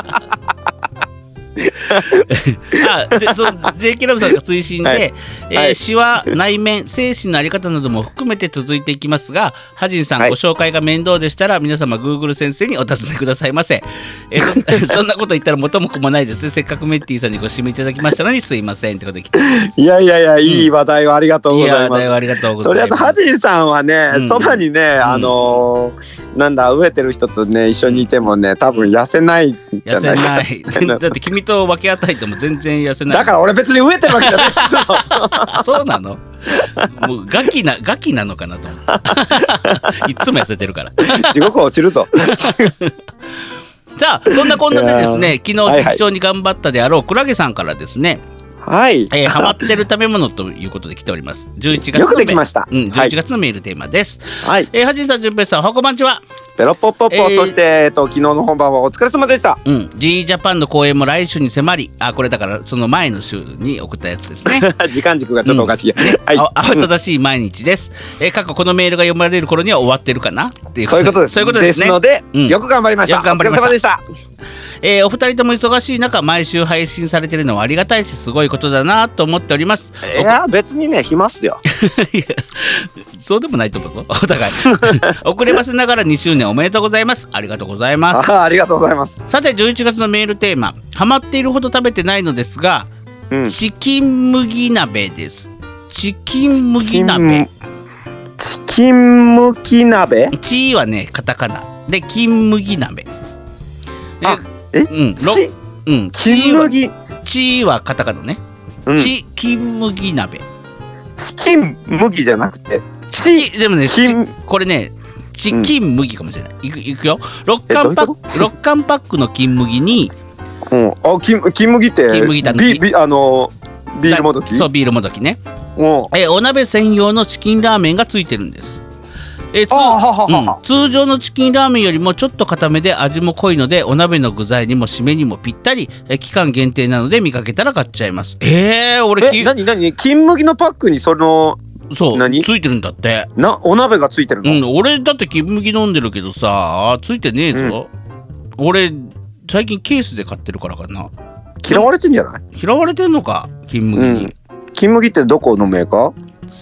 あでその ジェイケー ラブさんが推進で、はいえーはい、詩は内面精神の在り方なども含めて続いていきますが、ハジンさん、はい、ご紹介が面倒でしたら皆様 Google 先生にお尋ねくださいませ。えー、そ, そんなこと言ったら元も子もないですね。せっかくメッティさんにご指名いただきましたのにすいませんってことで来ていやいやいや、うん、いい話題をありがとうございます。いい話題をありがとうございます。 とりあえずハジンさんはね、そば、うん、にね、あのー、なんだ飢えてる人とね一緒にいてもね多分痩せないんじゃないか。 痩せないだって君と分け与えても全然痩せない。 だから俺別に飢えてるわけじゃないそうなの。もうガキなガキなのかなと思っていつも痩せてるから地獄落ちるぞさあそんなこんなでですね、昨日非常に頑張ったであろうクラゲさんからですね、 はい、 えー、ハマってる食べ物ということで来ております。じゅういちがつのよくできました、 うん、じゅういちがつのメールテーマです。 はい、 えー、はじんさん、じゅんぺいさん、おはこんばんちは。 ペロッポッポッポ、えー、そして、えっと、昨日の本番はお疲れ様でした。 うん、G ジャパンの公演も来週に迫り、あ、これだからその前の週に送ったやつですね。 時間軸がちょっとおかしい。うん、 ね、はい、慌ただしい毎日です。うん、えー、過去このメールが読まれる頃には終わってるかなっていう。 そういうことです。 そういうことですね。 ですので、 うん、 よく頑張りました。 よく頑張りました。 お疲れ様でした。 えー、お二人とも忙しい中毎週配信されてるのはありがたいしすごいことだなと思っております。 いや別にね暇っすよそうでもないと思うぞお互い遅ればせながらにしゅうねんおめでとうございます。ありがとうございます。 あ, ありがとうございます。 さてじゅういちがつのメールテーマ、ハマっているほど食べてないのですが、うん、チキン麦鍋です。チキン麦鍋チキン麦鍋チはねカタカナで金麦鍋。 あえ、うん、チ、うん、金麦チはカタカナね、うん、チ金麦鍋。 チキン麦じゃなくてチでもねこれねチキン麦かもしれない、うん、い, くいくよろっかんパックろっかんパックの金麦に、 うん、あ 金, 金麦って金麦だビビあのビールもどき。 そうビールもどきね。えお鍋専用のチキンラーメンがついてるんです。えつあははは、うん、通常のチキンラーメンよりもちょっと固めで味も濃いのでお鍋の具材にも締めにもぴったり。え期間限定なので見かけたら買っちゃいます。えー、俺え何何金麦のパックにそのそう何ついてるんだってな。お鍋がついてるの、 うん、俺だって金麦飲んでるけどさついてねえぞ、うん、俺最近ケースで買ってるからかな。 嫌われてんじゃない。 嫌われてんのか金麦に、うん、 金麦ってどこのメーカー。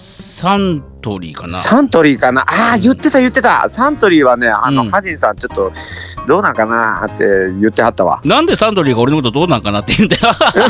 サントリーかな。 サントリーかな。ああ、言ってた言ってた。サントリーはね、あの、 うんハジンさんちょっとどうなんかなって言ってはったわ。 なんでサントリーが俺のことどうなんかなって言うんだよ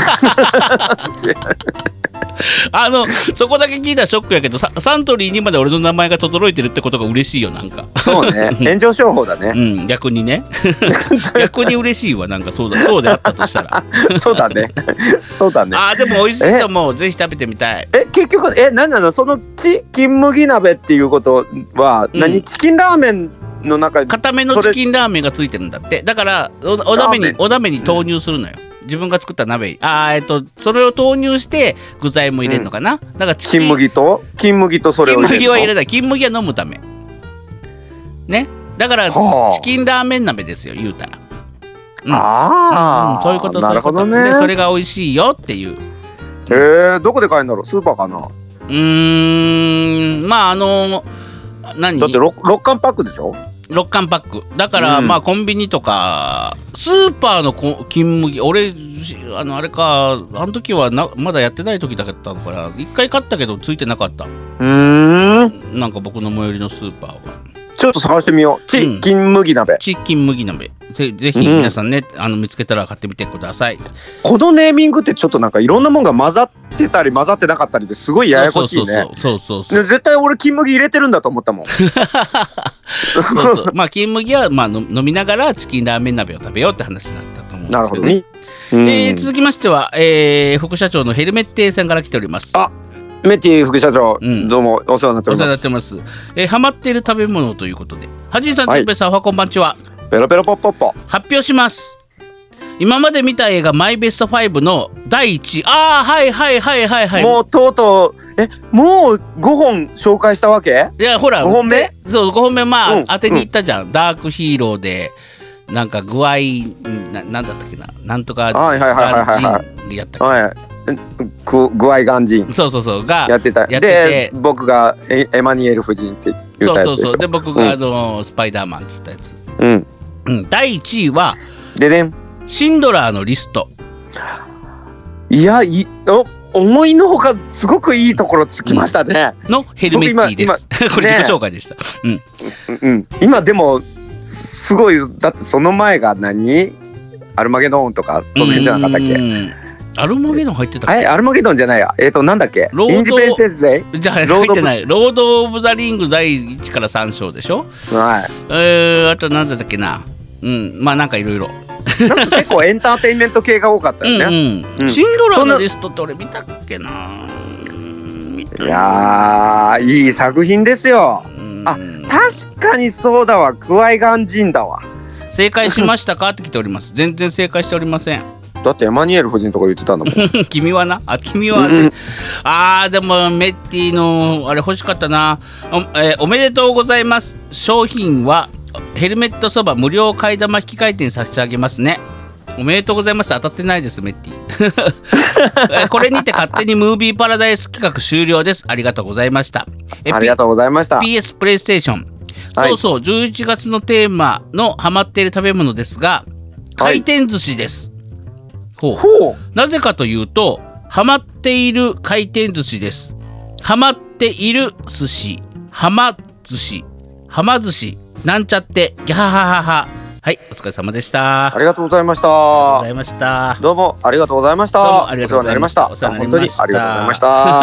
あのそこだけ聞いたらショックやけど、サ, サントリーにまで俺の名前が轟いてるってことが嬉しいよ。なんかそうね、炎上商法だね。 うん、逆にね逆に嬉しいわ。なんかそうだ、そうであったとしたらそうだねそうだね。 あーでも美味しいと思う。ぜひ食べてみたい。 え、結局え、何なのそのチキン麦鍋っていうことは、 うん何チキンラーメンの中に固めのチキンラーメンがついてるんだって。だからおお鍋にお鍋に投入するのよ。自分が作った鍋、あーえっとそれを投入して具材も入れるのかな。だからチキン金麦と金麦とそれを入れるの。 金麦は入れない。金麦は飲むためね。だからはあチキンラーメン鍋ですよ、言うたら。うん、 ああ、 うん、そういうこと。 なるほどね。 でそれが美味しいよっていう。 へえ、どこで買えるんだろう。スーパーかな。 うーん、まああの何だって 6, 6缶パックでしょ。 ろっ缶パックだから、うん、まあコンビニとかスーパーの金麦、俺あのあれか、あの時はなまだやってない時だったのかな。一回買ったけどついてなかった。 うーん、 なんか僕の最寄りのスーパーはちょっと探してみよう。チキン麦鍋、うん、 チキン麦鍋、ぜ, ぜひ皆さんね、うん、あの見つけたら買ってみてください。 このネーミングってちょっとなんかいろんなもんが混ざってたり混ざってなかったりですごいややこしいね。 そうそうそう。 絶対俺金麦入れてるんだと思ったもんそうそう、まあ金麦はまあ飲みながらチキンラーメン鍋を食べようって話になったと思うんですけどね。 なるほどね。 えー、続きましては、えー、副社長のヘルメッテーさんから来ております。 あ、メッティ副社長、うん、どうもお世話になっております。 お世話になってます。えー、ハマっている食べ物ということで、はじいさん、とんぺいさん、おはこんばんちは。 ペロペロポッポッポ。 発表します。今まで見た映画マイベストファイブのだいいちい。ああ、はいはいはいはいはい。 もうとうとう、え、もうごほん紹介したわけ？ いやほら、 ごほんめ？ そう、ごほんめ、まあ、 うん、 当てにいったじゃん、うん。ダークヒーローでなんか具合 な, なんだったっけな、なんとかはいはいはいはいはいやったっけ、 はい、具, 具合がんじん、 そうそうそうがやってた。 やってて、 で僕が エ, エマニュエル夫人って言ったやつでしょ。 そうそうそう。で僕があの、うん、スパイダーマンって言ったやつ。 うん、 うん、だいいちいはででんシンドラーのリスト。 いやいお思いのほかすごくいいところつきましたね、 うん、のヘルメッティですこれ自己紹介でした、ね、 うん、うん、今でもすごい。だってその前が何アルマゲドンとかその辺じゃなかったっけ？ アルマゲドン入ってたっけ？ え、アルマゲドンじゃないや。えっ、ー、となんだっけ？ ロードインディペンセンスデイ？ じゃあ入ってない。ロード・オブ・ザ・リングだいいちからさん章でしょ。 はい。 えー、あとなんだっけな。うん、まあなんかいろいろ。 結構エンターテインメント系が多かったよね。 うんうんうん、シンドラーのリストって俺見たっけな。 いやー、いい作品ですよ。あ、確かにそうだわ。クワイガンジンだわ。 正解しましたかって来ております。全然正解しておりません。 だってエマニュエル夫人とか言ってたんだもん君はな、あ、君は、ね、あーでもメッティのあれ欲しかったな。 お,、えー、おめでとうございます。商品はヘルメットそば無料替え玉引換券差し上げますね。おめでとうございます。当たってないですメッティこれにて勝手にムービーパラダイス企画終了です。ありがとうございました。 ありがとうございました。 ピーエス プレイステーション、はい、そうそう、じゅういちがつのテーマのハマっている食べ物ですが、回転寿司です、はい、ほうほう。なぜかというと、ハマっている回転寿司です。ハマっている寿司、ハマ寿司、ハマ寿司なんちゃってギャハハハハ。はい、お疲れ様でした。 ありがとうございました。 ありがとうございました。 どうもありがとうございました。 どうもありがとうございました。 お世話になりました。本当にありがとうござい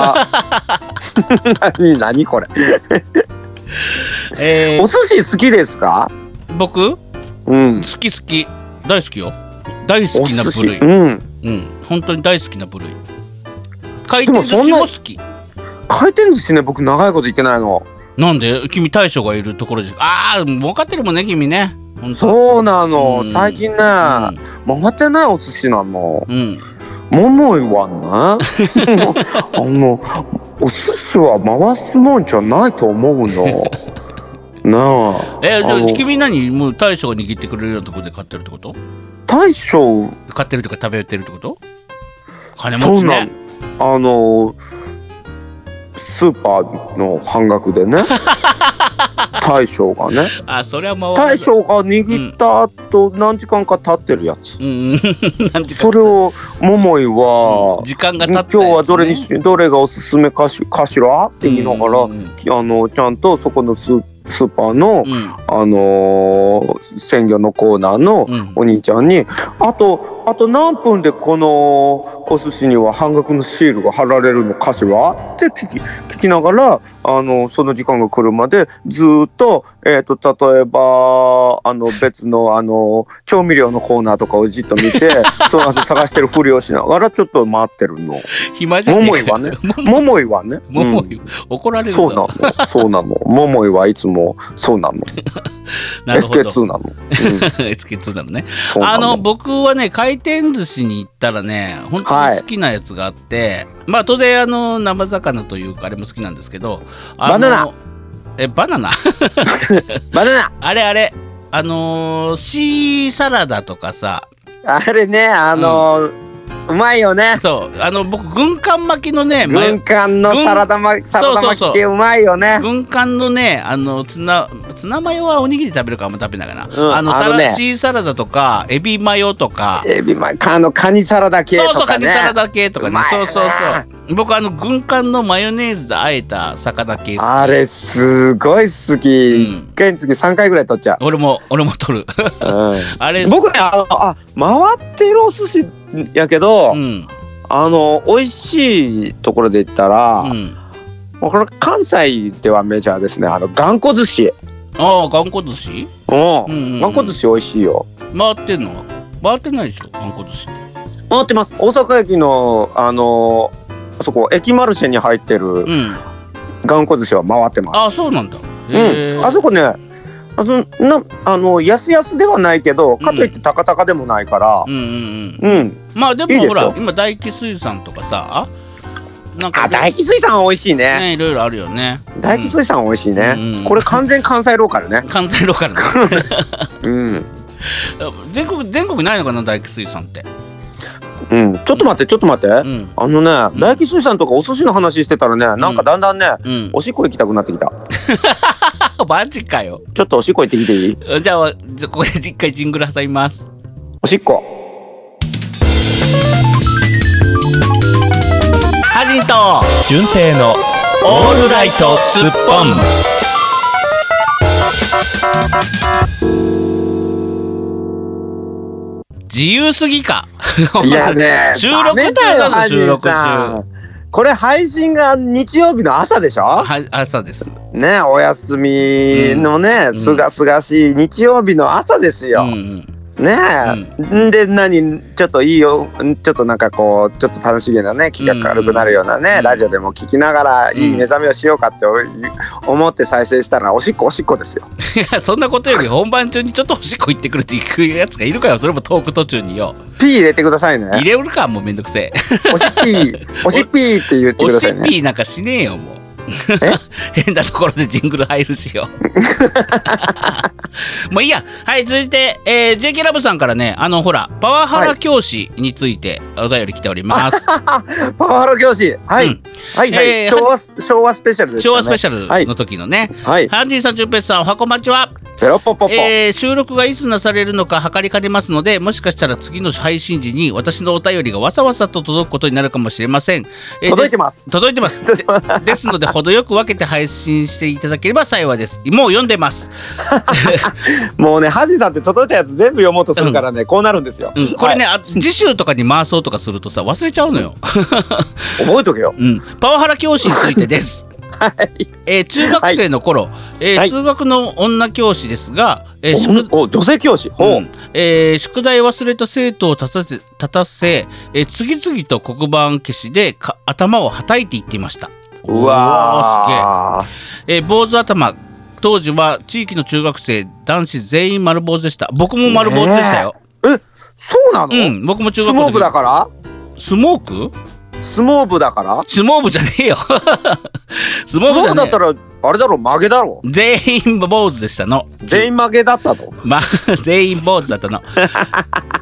ました。何何これ。えー、お寿司好きですか？ 僕、うん、好き好き、大好きよ。大好きな部類。うん、うん、本当に大好きな部類。回転寿司も好き。 回転寿司ね、僕長いこと言ってないの。 なんで？君大将がいるところで、ああ分かってるもんね君ね。 そうなの、うん、最近ね、うん、回ってないお寿司なの。うん。ももいはねあのお寿司は回すもんじゃないと思うの。なあ。 えー、じゃあ君何もう大将が握ってくれるようなところで買ってるってこと？ 大将買ってるとか食べてるってこと？金持ちね。 そうなん、あのスーパーの半額でね大将がね。 あ、それはもう大将が握った後、何時間か経ってるやつ。 うん、 それを桃井は、 うん、時間が経ったやつ、 ね、今日はどれにしどれがおすすめかしかしらって言いながら、うんうん、あのちゃんとそこのススーパーの、うん、あのー、鮮魚のコーナーのお兄ちゃんに、うん、あとあと何分でこのお寿司には半額のシールが貼られるのかしらって聞き、聞きながら、あのその時間が来るまでずっと、えーと、例えばあの別の、あの調味料のコーナーとかをじっと見てその後探してるふりをしながらちょっと待ってるの。 暇じゃねえ桃井はね桃井はね桃井、うん、怒られるぞ。 そうなのそうなの桃井はいつもそうなのなエスケーツー なの、 うん、エスケーツー なのね。あの僕はね回転寿司に行ったらね本当に好きなやつがあって、はい、まあ当然あの生魚というかあれも好きなんですけど、 バナナえバナナバナナあれあれあのー、シーサラダとかさ、 あれねあのーうんうまいよね。 そうあの僕軍艦巻きのね軍艦のサラダ巻きサラダ巻き系うまいよね。 軍艦のねあのツナツナマヨはおにぎり食べるかあんま食べないかな、 うん、 あのサラあの、ね、 シーサラダとかエビマヨとかエビマヨあのカニサラダ系とかね。 そうそうカニサラダ系とかね、そうそうそう僕あの軍艦のマヨネーズで和えた魚系好き。 あれすごい好き、うん、いっかいにつきさんかいぐらい取っちゃう。 俺も俺も取る、うん、あれ僕ねあのあ回ってるお寿司やけど、うん、あの美味しいところで言ったら、うん、これ関西ではメジャーですね。あの頑固寿司。 ああ頑固寿司、 うんうんうん、頑固寿司美味しいよ。 回ってんの？回ってないでしょ頑固寿司って。 回ってます。大阪駅のあのあそこ駅マルシェに入ってる、うん、頑固寿司は回ってます。 あそうなんだ。 うん、あそこねあそなあの安々ではないけどかといって高々でもないから、うんうんうんうん、 まあでもほら今大気水産とかさなんかあ大気水産は美味しいね。 ねいろいろあるよね。 大気水産は美味しいね、うん、これ完全関西ローカルね。 関西ローカルねうん全国全国ないのかな大気水産って。 うん、ちょっと待ってちょっと待って、うん、あのね、うん、大気水産とかお寿司の話してたらね、うん、なんかだんだんね、うん、おしっこ行きたくなってきたマジかよ。 ちょっとおしっこ行ってきていい？ じゃあじゃあここで一回ジングル挟みます。 おしっこハジンと純正のオールライトスッポン。 自由すぎかいやね収録中だぞ収録中。 これ配信が日曜日の朝でしょ？ はい朝ですね。お休みのねすがすがしい日曜日の朝ですよ、うんうんねえ、うん、で何ちょっといいよちょっとなんかこうちょっと楽しげなね気が軽くなるようなね、うん、ラジオでも聞きながらいい目覚めをしようかって思って再生したらおしっこおしっこですよ。 いやそんなことより本番中にちょっとおしっこ行ってくるっていうやつがいるかよ。それもトーク途中によ。 ピー入れてくださいね。 入れるかもうめんどくせえおしっぴーおしっぴーって言ってくださいね。 おしっぴーなんかしねえよもう変なところでジングル入るしよもういいや。はい続いて、えー、ジェイケー ラブさんからねあのほらパワハラ教師についてお便り来ております、 はい、パワハラ教師はい、うん、はいはい、えー、昭和昭和スペシャルですかね。 昭和スペシャルの時のね、 はい、 ハンジーさん、チュンペイさん、おはこんばんちは。 ペロポポポ、 えー、収録がいつなされるのか測りかねますので、もしかしたら次の配信時に私のお便りがわさわさと届くことになるかもしれません。 えー、届いてます届いてますで, ですので程よく分けて配信していただければ幸いです。もう読んでますもうねハジさんって届いたやつ全部読もうとするからね、うん、こうなるんですよ、 うん、これね、はい、次週とかに回そうとかするとさ忘れちゃうのよ覚えとけよ、 うん、パワハラ教師についてですはいえー、中学生の頃、はいえーはい、数学の女教師ですが、えー、宿お女性教師、 うんえー、宿題忘れた生徒を立たせ、立たせえー、次々と黒板消しでか頭をはたいていっていました。 うわーすげえ、えー、坊主頭。当時は地域の中学生男子全員丸坊主でした。僕も丸坊主でしたよ。 えー、えそうなの？ うん僕も中学校スモークだからスモークスモーブだからスモーブじゃねえよスモーブだったらあれだろ曲げだろ。 全員坊主でしたの。 全員曲げだったと、 ま、全員坊主だったの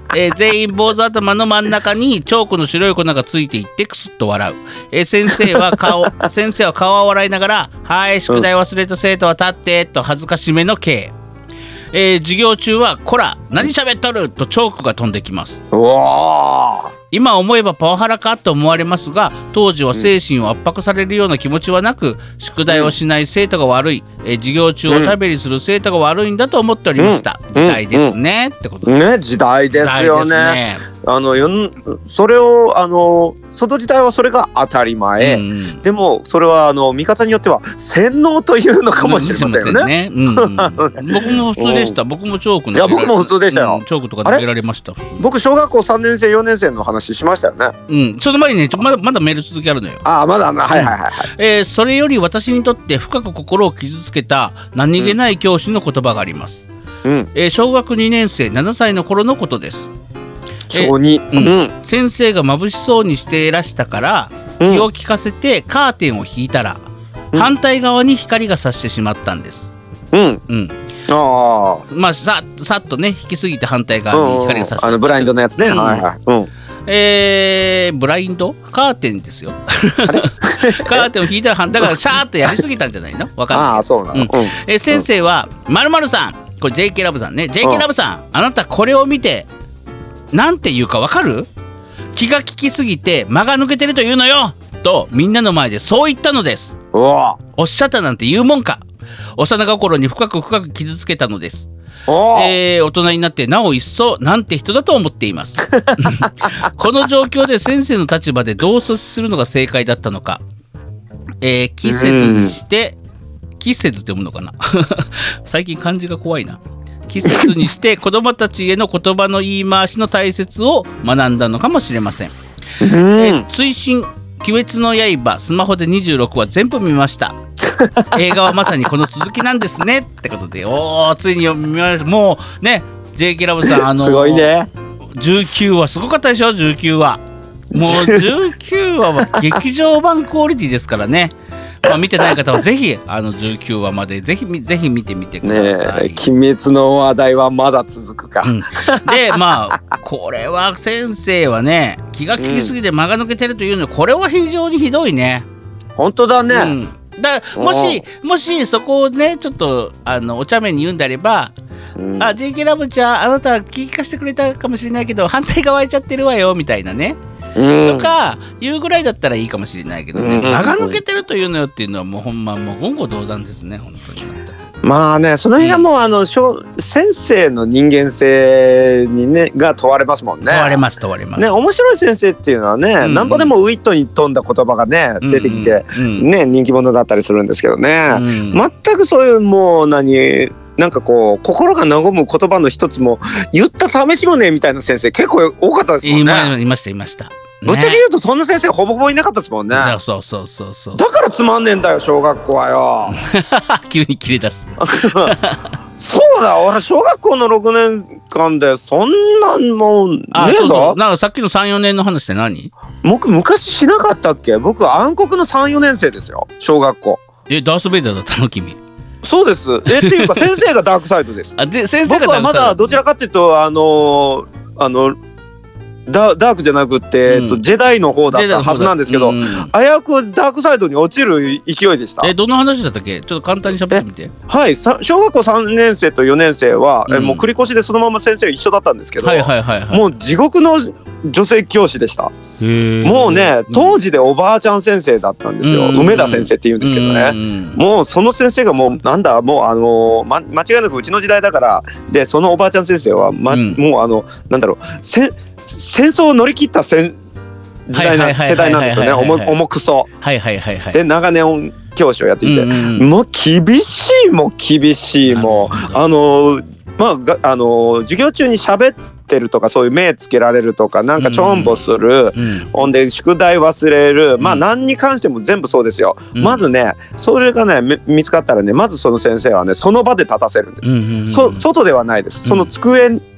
えー、全員坊主頭の真ん中にチョークの白い粉がついていってクスッと笑う、えー、先生は顔先生は顔を笑いながらはい宿題忘れた生徒は立ってと恥ずかしめの敬、えー、授業中はこら何喋っとるとチョークが飛んできます。 うわ今思えばパワハラかと思われますが、当時は精神を圧迫されるような気持ちはなく、宿題をしない生徒が悪い、えー、授業中おしゃべりする生徒が悪いんだと思っておりました、うん、時代ですね、うん、ってことでね、時代ですよ ね, ねあのよんそれをあのその時代はそれが当たり前、うん、でもそれはあの見方によっては洗脳というのかもしれませんよね、うんうん、 僕も普通でした、うん、僕もチョークのいや僕も普通でしたよ、 うん、チョークとか投げられました。 僕小学校さんねん生よねん生の話しましたよね。 うん、その前にねちょまだまだメール続きあるのよ。 ああまだな、はいはいはい、はい、 えー、それより私にとって深く心を傷つけた何気ない教師の言葉があります、うんえー、小学にねん生ななさいの頃のことです。 小に、 うんうん、先生が眩しそうにしていらしたから気を利かせてカーテンを引いたら、うん、反対側に光が差してしまったんです。うんうん、あまあささっとね引きすぎて反対側に光が差して、 うん、あのブラインドのやつね、うん、はいはい、うんえー、ブラインドカーテンですよカーテンを引いたらだからシャーっとやりすぎたんじゃないのわかんない。 ああそうなの、うんえー、先生は〇〇さんこれ ジェイケー ラブさんね ジェイケー ラブさん、あなたこれを見てなんて言うかわかる？気が利きすぎて間が抜けてるというのよとみんなの前でそう言ったのです。おっしゃったなんて言うもんか。幼心に深く深く傷つけたのです。えー、大人になってなお一層なんて人だと思っていますこの状況で先生の立場でどう接するのが正解だったのか、えー、気せずにして気せずって読むのかな最近漢字が怖いな。気せずにして子供たちへの言葉の言い回しの大切を学んだのかもしれません。えー、追伸鬼滅の刃スマホでにじゅうろくわ全部見ました映画はまさにこの続きなんですねってことで、おーついに読みました。もうね ジェイケー ラブさんあのー、すごいねじゅうきゅうわすごかったでしょ。じゅうきゅうわもうじゅうきゅうわは劇場版クオリティですからねまあ見てない方はぜひあのじゅうきゅうわまでぜひぜひ見てみてください。 ねえ鬼滅の話題はまだ続くか、うん、 でまあこれは先生はね気が利きすぎて間が抜けてるというので、これは非常にひどいね。 本当だね、 うんだもしもしそこをねちょっとあのお茶目に言うんであれば、うん、あ ジェイケー ラブちゃんあなた聞かせてくれたかもしれないけど反対が湧いちゃってるわよみたいなね、うん、とか言うぐらいだったらいいかもしれないけどね、間が抜けてるというのよっていうのはもうほんまもう言語道断ですね本当に。 まあねその辺がもう、うん、あの先生の人間性にねが問われますもんね。 問われます問われますね。面白い先生っていうのはね、うん、なんぼでもウィットに富んだ言葉がね、うん、出てきて、うん、ね人気者だったりするんですけどね、うん、全くそういうもう何なんかこう心が和む言葉の一つも言った試しもねみたいな先生結構多かったですもんね。 いましたいました。 ぶっちゃけ言うとそんな先生ほぼほぼいなかったですもんね。 そうそうそうそう。 だからつまんねえんだよ小学校はよ急に切れ出すそうだ俺小学校のろくねんかんでそんなんもうねえぞ。そうそうなんかさっきのさんよねんの話って何？ 僕昔しなかったっけ。僕暗黒のさんよねん生ですよ小学校。 えダースベイダーだったの君？ そうです。えっていうか先生がダークサイドですあで先生がダークサイド。 僕はまだどちらかっていうとあのあのダ, ダークじゃなくて、うん、えっと、ジェダイの方だったはずなんですけど、うん、危うくダークサイドに落ちる勢いでした。 えどの話だったっけ？ちょっと簡単に喋ってみて。 はい小学校さんねん生とよねん生は、うん、えもう繰り越しでそのまま先生一緒だったんですけど、はいはいはいはい、もう地獄の女性教師でした。へもうね当時でおばあちゃん先生だったんですよ、うん、梅田先生って言うんですけどね、うん、もうその先生がもうなんだもうあの、ま、間違いなくうちの時代だからでそのおばあちゃん先生は、まうん、もうあのなんだろうせ戦争を乗り切ったせん時代な世代なんですよね。重くそ、はいはいはいはい、で長年教師をやっていて、うんうん、もう厳しいもう厳しいもうあのまああの授業中に喋ってるとかそういう目つけられるとかなんかちょんぼする、うん、ほんで宿題忘れる、うん、まあ何に関しても全部そうですよ、うん、まずねそれがね見つかったらねまずその先生はねその場で立たせるんです、うんうんうん、そ外ではないです。その机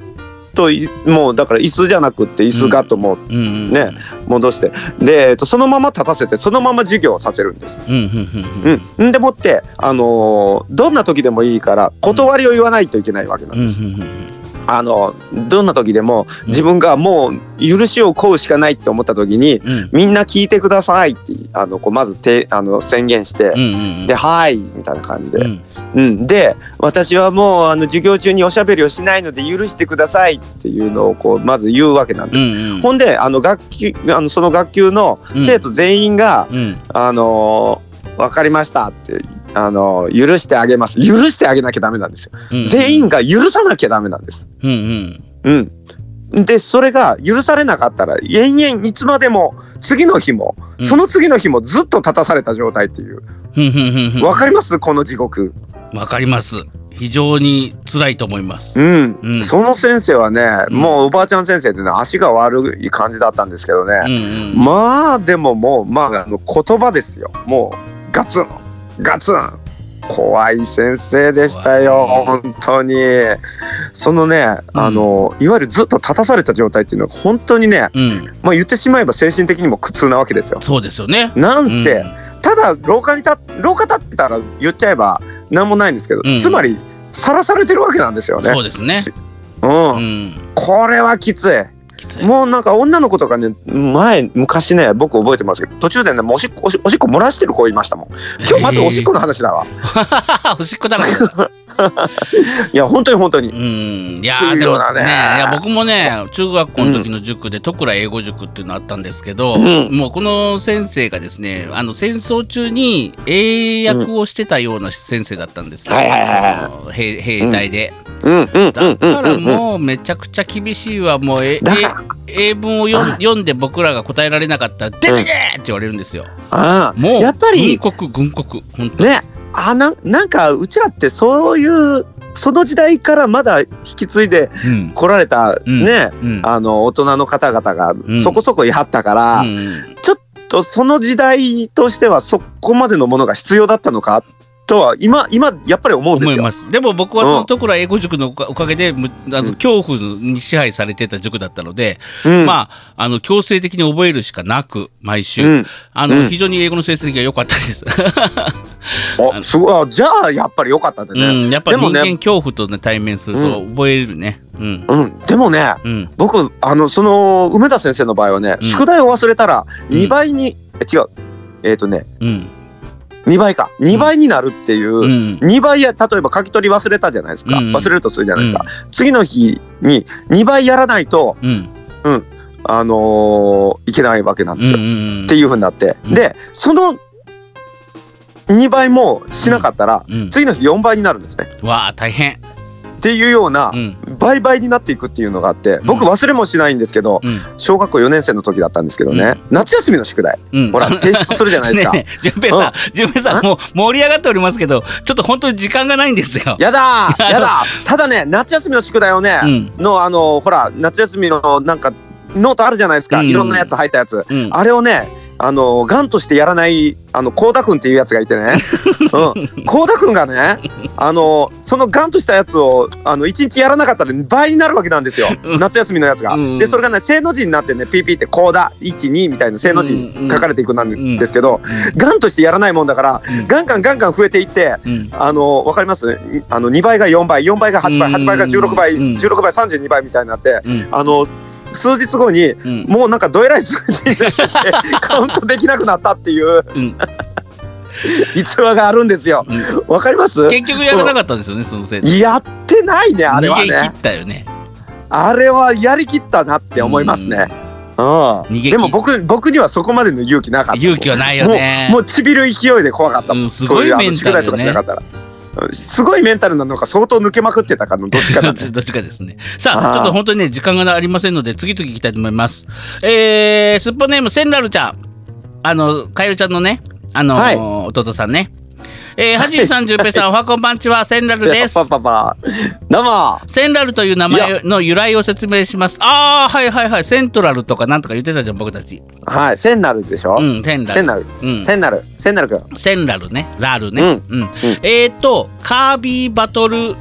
ともうだから椅子じゃなくって椅子ガッともうね、戻してで、えっと、そのまま立たせてそのまま授業をさせるんです。うん、でもってあのどんな時でもいいから断りを言わないといけないわけなんです。あのどんな時でも自分がもう許しを請うしかないって思った時に、うん、みんな聞いてくださいってあのこうまずてあの宣言して、うんうんうん、ではいみたいな感じで、うんうん、で私はもうあの授業中におしゃべりをしないので許してくださいっていうのをこうまず言うわけなんです、うんうん、ほんであの学級あのその学級の生徒全員が、うん、あの分かりましたってあの許してあげます許してあげなきゃダメなんですよ、うんうん、全員が許さなきゃダメなんです、うんうんうん、でそれが許されなかったら延々いつまでも次の日も、うん、その次の日もずっと立たされた状態っていうわかりますこの地獄。 わかります。非常に辛いと思います、 うんうん、その先生はね、うん、もうおばあちゃん先生でね足が悪い感じだったんですけどね、うんうん、まあでももうまああの言葉ですよ。もうガツンガツン怖い先生でしたよ本当に。そのね、うん、あのいわゆるずっと立たされた状態っていうのは本当にね、うん、まあ言ってしまえば精神的にも苦痛なわけですよ。 そうですよね。 なんせ、うん、ただ廊下に立廊下立ってたら言っちゃえば何もないんですけど、うん、つまりさらされてるわけなんですよね。 そうですね、 うんうん、これはきつい。もうなんか女の子とかね前昔ね僕覚えてますけど途中でねおしっこおし、おしっこ漏らしてる子いましたもん。今日またおしっこの話だわ、 えー、おしっこだらけいや本当に本当に。 うんいやでもね、ねいや僕もね中学校の時の塾で、うん、戸倉英語塾っていうのあったんですけど、うん、もうこの先生がですねあの戦争中に英訳をしてたような先生だったんですよ、うん、兵, 兵隊で、うん、だからもうめちゃくちゃ厳しいわ。もうえ英文を読んで僕らが答えられなかったら「出てけ!」って言われるんですよ。あもうやっぱり軍国軍国本当ね。あ な, なんかうちらってそういうその時代からまだ引き継いで来られた、うん、ね、うん、あの大人の方々がそこそこいはったから、うん、ちょっとその時代としてはそこまでのものが必要だったのかとは今今やっぱり思うんですよ。思います。 でも僕はそのところは英語塾のおかげで、うん、あの恐怖に支配されてた塾だったので、うん、まああの強制的に覚えるしかなく毎週、うん、あの、うん、非常に英語の成績が良かったです。 あすごい。じゃあやっぱり良かったんでね、 うん、やっぱり人間恐怖と、ね、対面すると覚えるね、うんうん、でもね、うん、僕あのその梅田先生の場合はね、うん、宿題を忘れたらにばいに、うん、違うえっ、ー、とね、うんにばいかにばいになるっていう、うん、にばいや例えば書き取り忘れたじゃないですか、うん、忘れるとするじゃないですか、うん、次の日ににばいやらないと、うんうん、あのー、いけないわけなんですよ、うんうんうん、っていう風になって、うん、でそのにばいもしなかったら、うんうん、次の日よんばいになるんですね。 わあ大変っていうような、うん、倍々になっていくっていうのがあって、僕忘れもしないんですけど、うん、小学校よねん生の時だったんですけどね、うん、夏休みの宿題、うん、ほら提出するじゃないですか。ねえ順平さん、順平さんもう盛り上がっておりますけどちょっと本当に時間がないんですよ。 やだやだただね夏休みの宿題をね、うん、のあのほら夏休みのなんかノートあるじゃないですか、うん、いろんなやつ入ったやつ、うん、あれをねあのガンとしてやらないあのコウタ君っていうやつがいてね、うん、コウタ君がねあのそのガンとしたやつをあのいちにちやらなかったら倍になるわけなんですよ夏休みのやつが、うん、でそれがね正の字になってねピーピーってコウダいちにみたいな正の字書かれていくなんですけど、うん、ガンとしてやらないもんだから、うん、ガンガンガンガン増えていって、うん、あの分かりますあのにばいがよんばいよんばいがはちばいはちばいがじゅうろくばい、うん、じゅうろくばいさんじゅうにばいみたいになって、うん、あの数日後に、うん、もうなんかどえらい数字になってカウントできなくなったっていう、うん、逸話があるんですよ。わ、うん、かります？ 結局やらなかったんですよねそのせいで。 やってないねあれはね。 逃げ切ったよね。 あれはやりきったなって思いますね。うん、うん、でも僕僕にはそこまでの勇気なかった。 勇気はないよね。 もう、もうちびる勢いで怖かったもん、うん、 すごいメンタルよね。 宿題とかしなかったら。すごいメンタルなのか相当抜けまくってたかのどっちかだ、ね、 どっちかですね。さあちょっと本当にね時間がありませんので次々いきたいと思います。えー、スッポネームセンラルちゃん、あのカエルちゃんのねあのーはい、弟さんね。えー、はじんさんじゅうぺいさんおはこんばんちは、センラルです。 パパパどうも。 センラルという名前の由来を説明します。ああはいはいはい、セントラルとかなんとか言ってたじゃん僕たち。 はい、センナルでしょ。 うん、センラルセンナル、うん、センナルセンナルくんセンラルねラルね、うんうん、えーとカービーバトル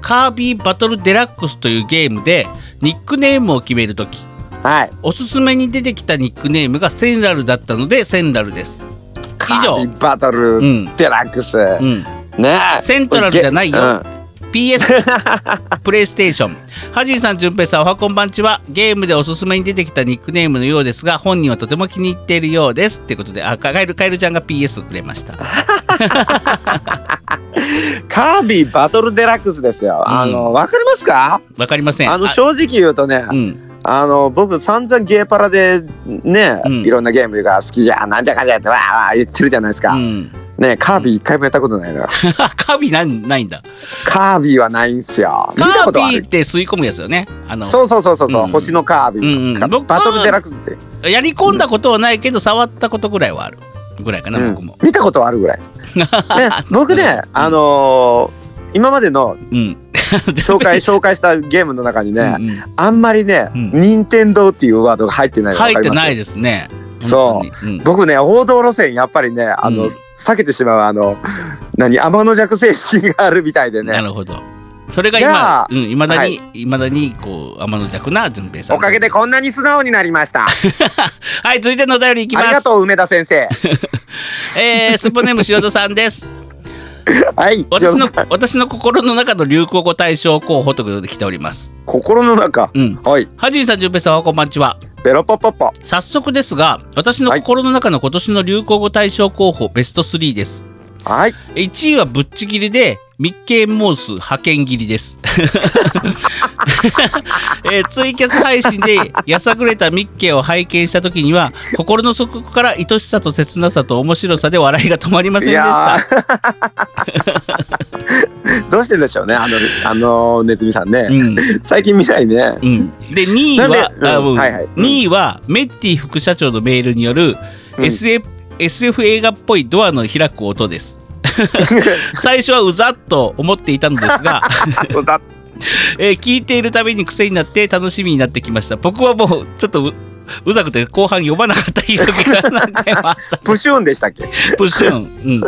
カービィバトルデラックスというゲームでニックネームを決めるとき、 はい、 おすすめに出てきたニックネームがセンラルだったのでセンラルです。 カービィバトルデラックス、 うん、ねえ、セントラルじゃないよ、うん、ピーエス プレイステーション。ハジンさん、じゅんぺいさん、おはこんばんちは。ゲームでおすすめに出てきたニックネームのようですが、本人はとても気に入っているようですということで、あ、カエルカエルちゃんが ピーエス をくれました。 カービィバトルデラックスですよ。あの、うん、わかりますか？ わかりません。 あの正直言うとね、うん、あの僕散々ゲーパラでね、うん、いろんなゲームが好きじゃなんじゃかんじゃってわーわー言ってるじゃないですか。うん、ね、カービィ一回もやったことないのよ。 カービィなないんだ。 カービィはないんすよ。 カービィって吸い込むやつよね。あのそうそうそうそう、うん、星のカービィ、うんうん、バトルデラックスってやり込んだことはないけど、触ったことぐらいはあるぐらいかな、うん、僕も見たことはあるぐらい、ね、僕ね、あのー、今までの、うん紹介紹介したゲームの中にね、うんうん、あんまりね、うん、任天堂っていうワードが入ってないの分かります？ 入ってないですね。 そう、うん、僕ね王道路線やっぱりねあの、うん、避けてしまうあの何天の弱精神があるみたいでね。 なるほど。それが今うん、未だに、はい、未だにこう天の弱な順平さん。 おかげでこんなに素直になりました。 はい、続いてのお便りいきます。 ありがとう梅田先生。 えー、スッポネーム塩田さんです。 はい、 私の私の心の中の流行語大賞候補ということで来ております。 心の中、うん、はい。 ハジンさん、じゅんぺいさん、こんばんちは。 ペロパパパ。 早速ですが、私の心の中の今年の流行語大賞候補、はい、ベストスリーです。 はい。 いちいはぶっちぎりでミッケーモース派遣切りです。えー、ツイキャス配信でやさぐれたミッケーを拝見した時には心の底から愛しさと切なさと面白さで笑いが止まりませんでした。 どうしてでしょうね、あのあのネズミさんね、うん、最近見ないね、うん、 でにいは、うんはいはい、にいはメッティ副社長のメールによる エスエフ、うん、エスエフ 映画っぽいドアの開く音です。最初はうざっと思っていたのですがうざっ、えー、聞いているたびに癖になって楽しみになってきました。僕はもうちょっと う, うざくて後半読まなかったいい時が何回もあったプシューンでしたっけ？ プシューン、うん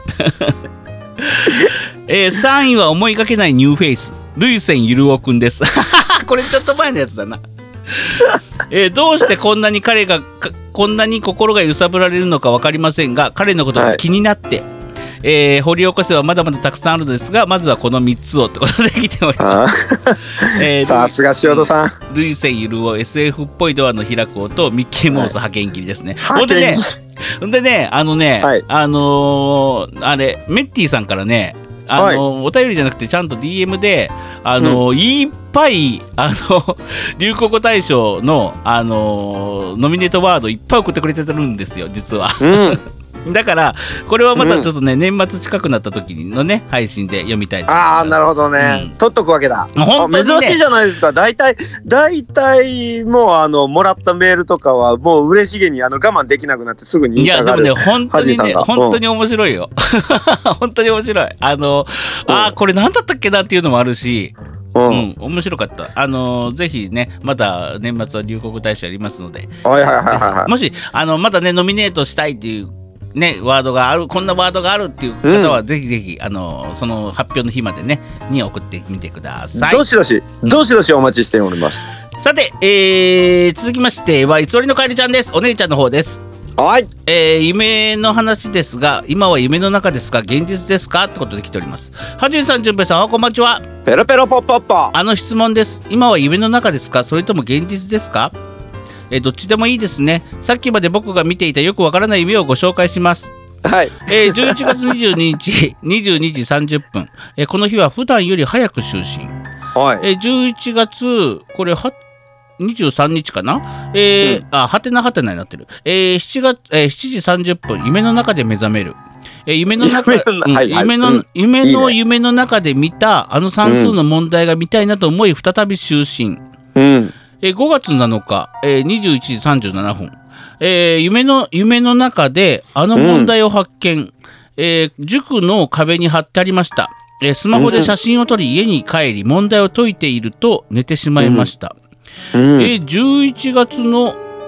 えー、さんいは思いがけないニューフェイスルイセンゆるおくんです。これちょっと前のやつだな。えー、どうしてこんなに彼がこんなに心が揺さぶられるのか分かりませんが、彼のことが気になって、はい、えー、掘り起こせはまだまだたくさんあるのですが、まずはこのみっつをってことで来ております。えー、 さすが塩戸さん。 ルイセンゆるお エスエフ っぽいドアの開く音、ミッキーモース派遣切りですね。ほんでね、ほんでね、あのね、はい、あのー、あれメッティさんからね、あの、はい、お便りじゃなくてちゃんと ディーエム で、あの、うん、いっぱいあの流行語大賞の、あのノミネートワードいっぱい送ってくれてるんですよ実は。うんだからこれはまたちょっとね、うん、年末近くなった時のね配信で読みたいと思います。 ああなるほどね、うん、取っとくわけだ。 本当に、ね、 珍しいじゃないですか。大体大体もうあのもらったメールとかはもう嬉しげにあの我慢できなくなってすぐに言いたがる。 いやでもね本当にね本当に面白いよ。本当に面白い。あの、うん、あこれ何だったっけなっていうのもあるし。うん、うん、面白かった。あのー、ぜひねまだ年末は流行語大賞やりますので、 はいはいはいはい、 もしあのまだねノミネートしたいっていうね、ワードがあるこんなワードがあるっていう方は、うん、ぜひぜひあのその発表の日までねに送ってみてください。 どしどしどしどしお待ちしております。 さて、えー、続きましては偽りのカエルちゃんです。お姉ちゃんの方です。 はい、 えー、夢の話ですが今は夢の中ですか現実ですかってことで来ております。はじんさん、じゅんぺいさん、こんばんちは。 ペロペロポッポッポ。 あの質問です。今は夢の中ですかそれとも現実ですか？えー、どっちでもいいですね。さっきまで僕が見ていたよくわからない夢をご紹介します。 はい、 えー、じゅういちがつにじゅうににちにじゅうにじさんじゅっぷん、えー、この日は普段より早く就寝、はいえー、じゅういちがつこれはにじゅうさんにちかな、えーうん、あはてなはてなになってる、えー、しちがつ、えー、しちじさんじゅっぷん夢の中で目覚める、えー、夢の中夢の夢の夢の中で見たあの算数の問題が見たいなと思い再び就寝、うんえー、ごがつなのか、えー、にじゅういちじさんじゅうななふんえー、夢の夢の中であの問題を発見、うんえー、塾の壁に貼ってありました、えー、スマホで写真を撮り家に帰り問題を解いていると寝てしまいました、うんえー、じゅういちがつの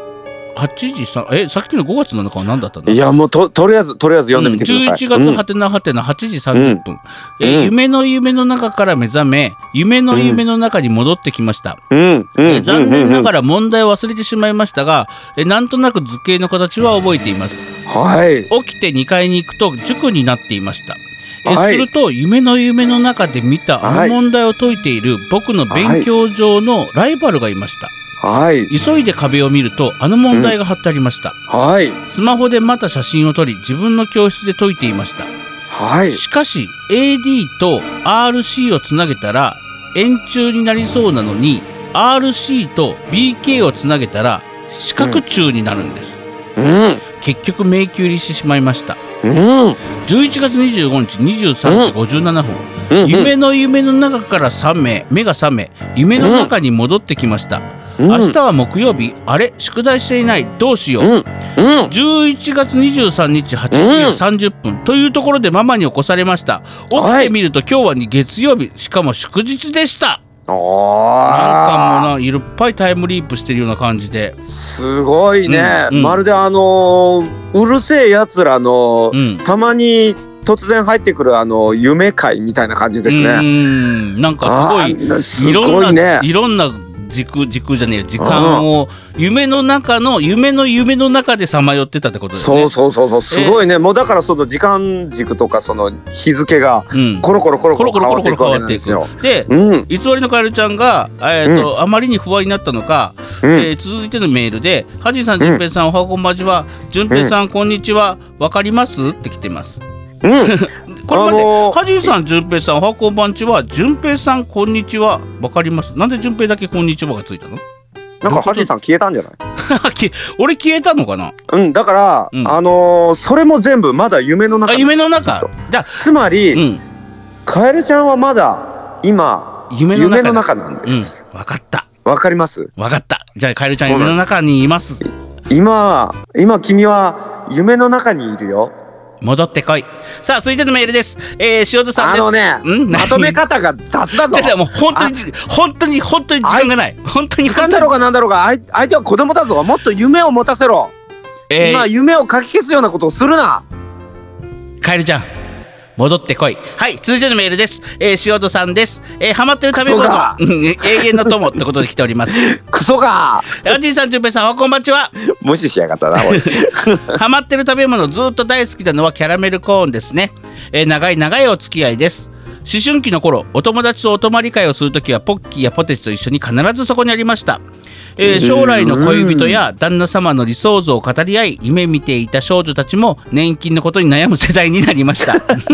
はちじさんえさっきのごがつなのかは何だったの？ いやもう と, とりあえずとりあえず読んでみてください、 うん、じゅういちがつはてなはてなはちじさんじゅっぷん、うんえー、夢の夢の中から目覚め夢の夢の中に戻ってきました、うんうんえー、残念ながら問題を忘れてしまいましたが、えー、なんとなく図形の形は覚えています、はい、起きてにかいに行くと塾になっていました。えはい、すると夢の夢の中で見たあの問題を解いている僕の勉強上のライバルがいました、はい、急いで壁を見るとあの問題が貼ってありました、うんはい、スマホでまた写真を撮り自分の教室で解いていました、はい、しかし エーディー と アールシー をつなげたら円柱になりそうなのに アールシー と ビーケー をつなげたら四角柱になるんです、うん、結局迷宮入りしてしまいました、うん、じゅういちがつにじゅうごにちにじゅうさんじごじゅうななふん、うん、夢の夢の中から覚め目が覚め夢の中に戻ってきました、うん、明日は木曜日あれ宿題していないどうしよう、うんうん、じゅういちがつにじゅうさんにちはちじさんじゅっぷん、うん、というところでママに起こされました。起きてみると今日は月曜日しかも祝日でした。なんかもうないっぱいタイムリープしてるような感じですごいね、うんうん、まるであのー、うるせえやつらの、うん、たまに突然入ってくるあの夢会みたいな感じですね。 うんなんかすごいすごいねいろんな時空時空じゃねえ時間を夢の中の夢の夢の中でさまよってたってことですね。 そうそうそうそうすごいね、えー、もうだからその時間軸とかその日付がコロコロコロコロ変わっていくわけなんですよ。 で、うん、偽りのカエルちゃんが、えーとうん、あまりに不安になったのか、うんえー、続いてのメールでハジさん、じゅんぺいさん、おはこんばんちは、じゅんぺいさん、こんにちは、わかりますって来てます。うん、これまで、あのー、ハジーさん、じゅんぺいさん、おはこんばんちは、じゅんぺいさん、こんにちは、わかります。なんでじゅんぺいだけこんにちはがついたの？ なんかハジーさん消えたんじゃない？ 俺消えたのかな？ うん、だから、うん、あのー、それも全部まだ夢の中。 あ、夢の中。じゃつまり、うん、カエルちゃんはまだ今夢の 中, 夢の中なんです。 わ、うん、かった。 わかります？ わかった。じゃあカエルちゃん夢の中にいます。 今、今君は夢の中にいるよ。 戻ってこい。さあ続いてのメールです。えー、塩田さんです。 あのね、まとめ方が雑だぞ。 もう本当に本当に本当に時間がない。本当に時間だろうがなんだろうが相手は子供だぞ。もっと夢を持たせろ。えー、今夢をかき消すようなことをするな。 カエルちゃん戻ってこい。はい、続いてのメールです。えー、塩戸さんです。えー、ハマってる食べ物永遠の友ってことで来ております。 クソがー。おじいさん、じゅんぺいさん、おはこんばんちは。 無視しやがったな、俺。 ハマってる食べ物ずっと大好きなのはキャラメルコーンですね。えー、長い長いお付き合いです。思春期の頃、お友達とお泊まり会をするときはポッキーやポテチと一緒に必ずそこにありました。えー、将来の恋人や旦那様の理想像を語り合い夢見ていた少女たちも年金のことに悩む世代になりました。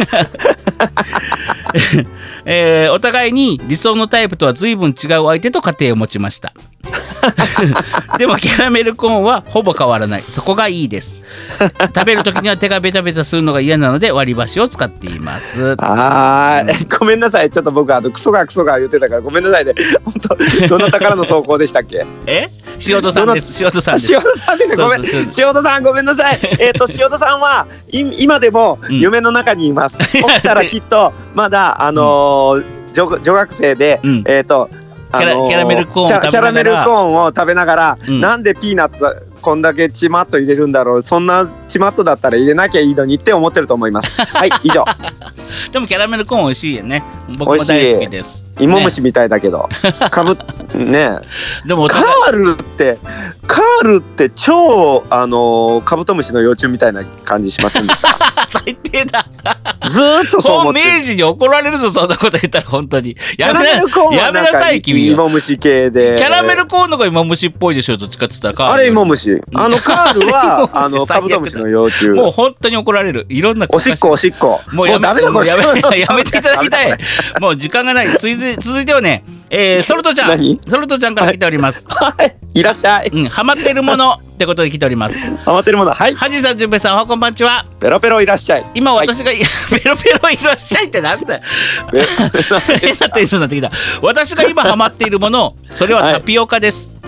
えー、お互いに理想のタイプとは随分違う相手と家庭を持ちました。でもキャラメルコーンはほぼ変わらない。そこがいいです。食べるときには手がベタベタするのが嫌なので割り箸を使っています。 あー、ごめんなさい。ちょっと僕あのクソがクソが言ってたからごめんなさいね。本当どなたからの投稿でしたっけ？ え？塩戸さんです。塩戸さんです。 塩戸さんです。ごめん。塩戸さんごめんなさい。えっと塩戸さんはい今でも夢の中にいます。うん、起きたらきっとまだあのーうん、女, 女学生で、うん、えっと。 キャラ、キャラメルコーンを食べながらキャラメルコーンを食べながら、うん、なんでピーナッツこんだけチマッと入れるんだろう、そんなチマッとだったら入れなきゃいいのにって思ってると思います。はい、以上。 でもキャラメルコーン美味しいよね。僕も大好きです。 芋虫みたいだけど、ね、かぶねでもカールってカールって超あのカブトムシの幼虫みたいな感じしませんでした？ 最低だ。 ずーっとそう思ってる。 明治に怒られるぞ、そんなこと言ったら。本当にやめな、やめなさい君。 芋虫系でキャラメルコーンのが芋虫っぽいでしょ。どっちかって言ったらあれ芋虫、あのカールはあのカブトムシの幼虫。 もう本当に怒られる。いろんなおしっこおしっこもうやめ、もうダメだこれ。やめ、やめていただきたい。もう時間がない。続いて続いてはね、えー、ソルトちゃんソルトちゃんから来ております。 はい、いらっしゃい。 うん、ハマってるものってことで来ております。 ハマってるもの、はい。 はじさん、じゅんぺいさん、おはこんばんちは。 ペロペロいらっしゃい。 今私が、はい、ペロペロいらっしゃいってなんだよ。変なテンションになってきた。私が今ハマっているもの、それはタピオカです。はい、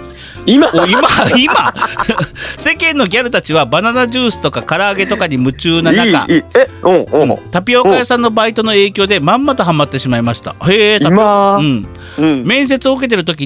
今今今世間のギャルたちはバナナジュースとか唐揚げとかに夢中な中、いいいいえうんうんうん、タピオカ屋さんのバイトの影響でまんまとハマってしまいました。へえ、今、うんうん、面接を受けてる時に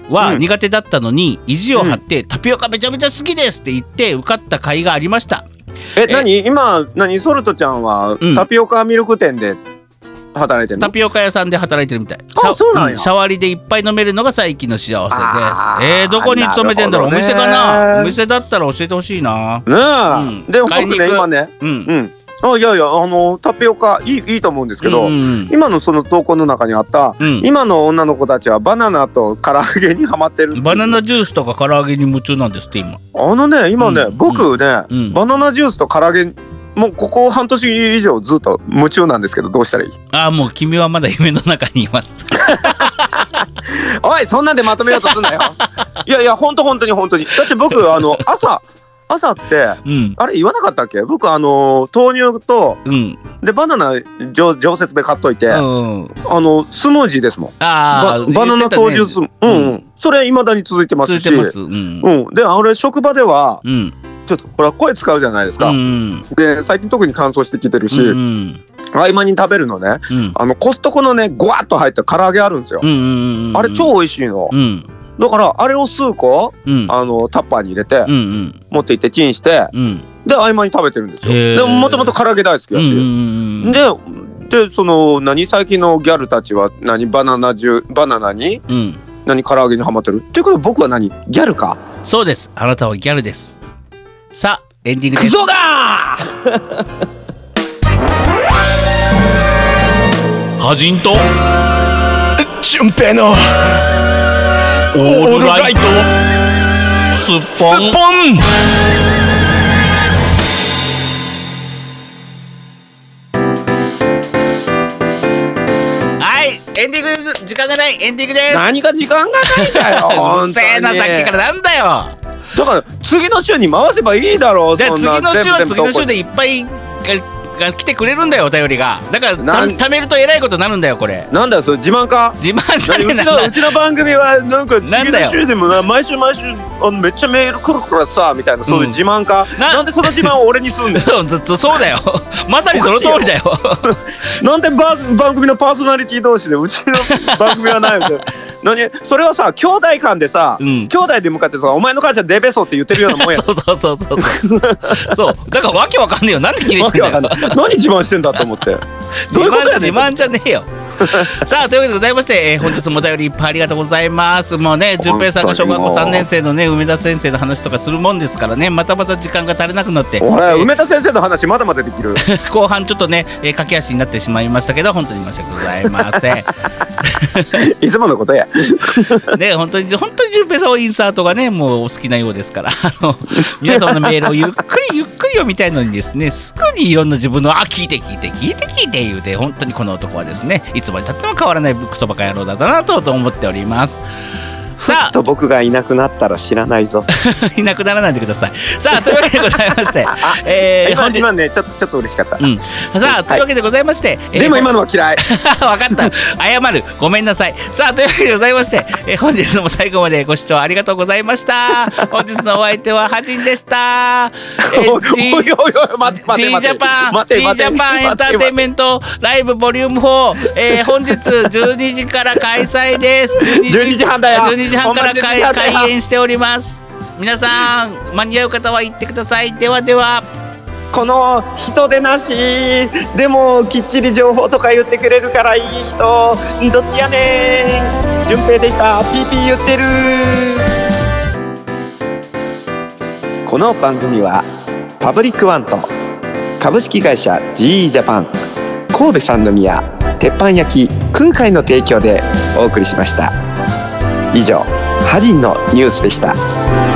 は苦手だったのに、うん、意地を張って、うん、タピオカめちゃめちゃ好きですって言って受かった甲斐がありました。 え、え何今何ソルトちゃんは、うん、タピオカミルク店で働いてるの？ タピオカ屋さんで働いてるみたい。 あ、そうなんや。 シャワリでいっぱい飲めるのが最近の幸せです。えー、どこに勤めてんだろう。お店かな。お店だったら教えてほしいな。 ねえ、うん、でも僕ね今ね、うん、うんあいやいやあのタピオカいいいいと思うんですけど、うんうん、今のその投稿の中にあった、うん、今の女の子たちはバナナと唐揚げにハマってる。 バナナジュースとか唐揚げに夢中なんですって今。 あのね今ね、うん、僕ね、うん、バナナジュースと唐揚げもうここ半年以上ずっと夢中なんですけどどうしたらいい？ ああもう君はまだ夢の中にいます。 おいそんなんでまとめようとすんなよ。いやいや本当本当に本当にだって僕あの朝朝って、うん、あれ言わなかったっけ？僕あの豆乳と、うん、でバナナ常設で買っといて、うん、あのスムージーですもん。あバ, バナナ豆乳スム、ね、うんうん、それ未だに続いてますし、続いてます、うんうん、であれ職場では、うん、ちょっとほら声使うじゃないですか、うん、で最近特に乾燥してきてるし、うん、合間に食べるのね、うん、あのコストコのねゴワッと入った唐揚げあるんですよ、うんうんうんうん、あれ超美味しいの、うんだからあれを数個、うん、あのタッパーに入れて、うんうん、持って行ってチンして、うん、で合間に食べてるんですよ。でもともと唐揚げ大好きだし、うんうんうん、ででその何最近のギャルたちは何バナナジュバナナに、うん、何唐揚げにハマってるっていうことは僕は何ギャルか。 そうですあなたはギャルです。さあエンディングです。 クソだーはじんと純平のオールライトスッポン。スッポンはいエンディングです。時間がないエンディングです。 何が時間がないんだよ。 うるせえなさっきからなんだよ。 だから次の週に回せばいいだろう。 じゃあ次の週は次の週でいっぱいが来てくれるんだよお便りが。だからた貯めるとえらいことになるんだよこれ。 なんだよそれ自慢か。 自慢じゃねえうちのうちの番組はなんか次の週でもな毎週毎週あめっちゃメール来るからさみたいなそういう自慢か、うん、な, なんでその自慢を俺にすんの。 そうだよまさにその通りだよ。 なんで番組のパーソナリティ同士でうちの番組はないの。何それはさ兄弟間でさ、うん、兄弟で向かってさお前の母ちゃんデベソって言ってるようなもんや。 そうそうそうそうそうだからわけわかんねえよ。なんで切れてんだよ。 何自慢してんだと思って。どういうことやねん。 自慢じゃねえよ。さあというわけでございまして、えー、本日もお便りいっぱいありがとうございます。もうね順平さんが小学校さんねん生のね梅田先生の話とかするもんですからねまたまた時間が足りなくなって俺、えー、梅田先生の話まだまだできる。 後半ちょっとね、えー、駆け足になってしまいましたけど本当に申し訳ございません。 いつものことや。 ね本当に本当に順平さんはインサートがねもうお好きなようですからあの皆様のメールをゆっくりゆっくり読みたいのにですねすぐにいろんな自分のあ聞いて聞いて聞いて聞いて言うて本当にこの男はですねいつまでたっても変わらないクソバカ野郎だなと思っております。 さあと僕がいなくなったら知らないぞ。 いなくならないでください。さあというわけでございまして、 えー、今, 今ねちょっとちょっと嬉しかった、うん、 さあというわけでございまして、 はいえー、でも今のは嫌い。 分かった謝るごめんなさい。さあというわけでございまして、えー、本日も最後までご視聴ありがとうございました。本日のお相手はハジンでした。 えー、おいおいおい待て待て待て T ジャパン T ジャパンエンターテインメントライブボリュームフォー、えー、本日じゅうにじから開催です。 じゅうにじはんだよ。 じゅうにじはんから開催開演しております。皆さん間に合う方は行ってください。ではでは。 この人でなしでもきっちり情報とか言ってくれるからいい人どっちやねん。順平でした。ピーピー言ってる。この番組はパブリックワンと株式会社 ジーイー ジャパン神戸三宮鉄板焼き空海の提供でお送りしました。以上ハジンのニュースでした。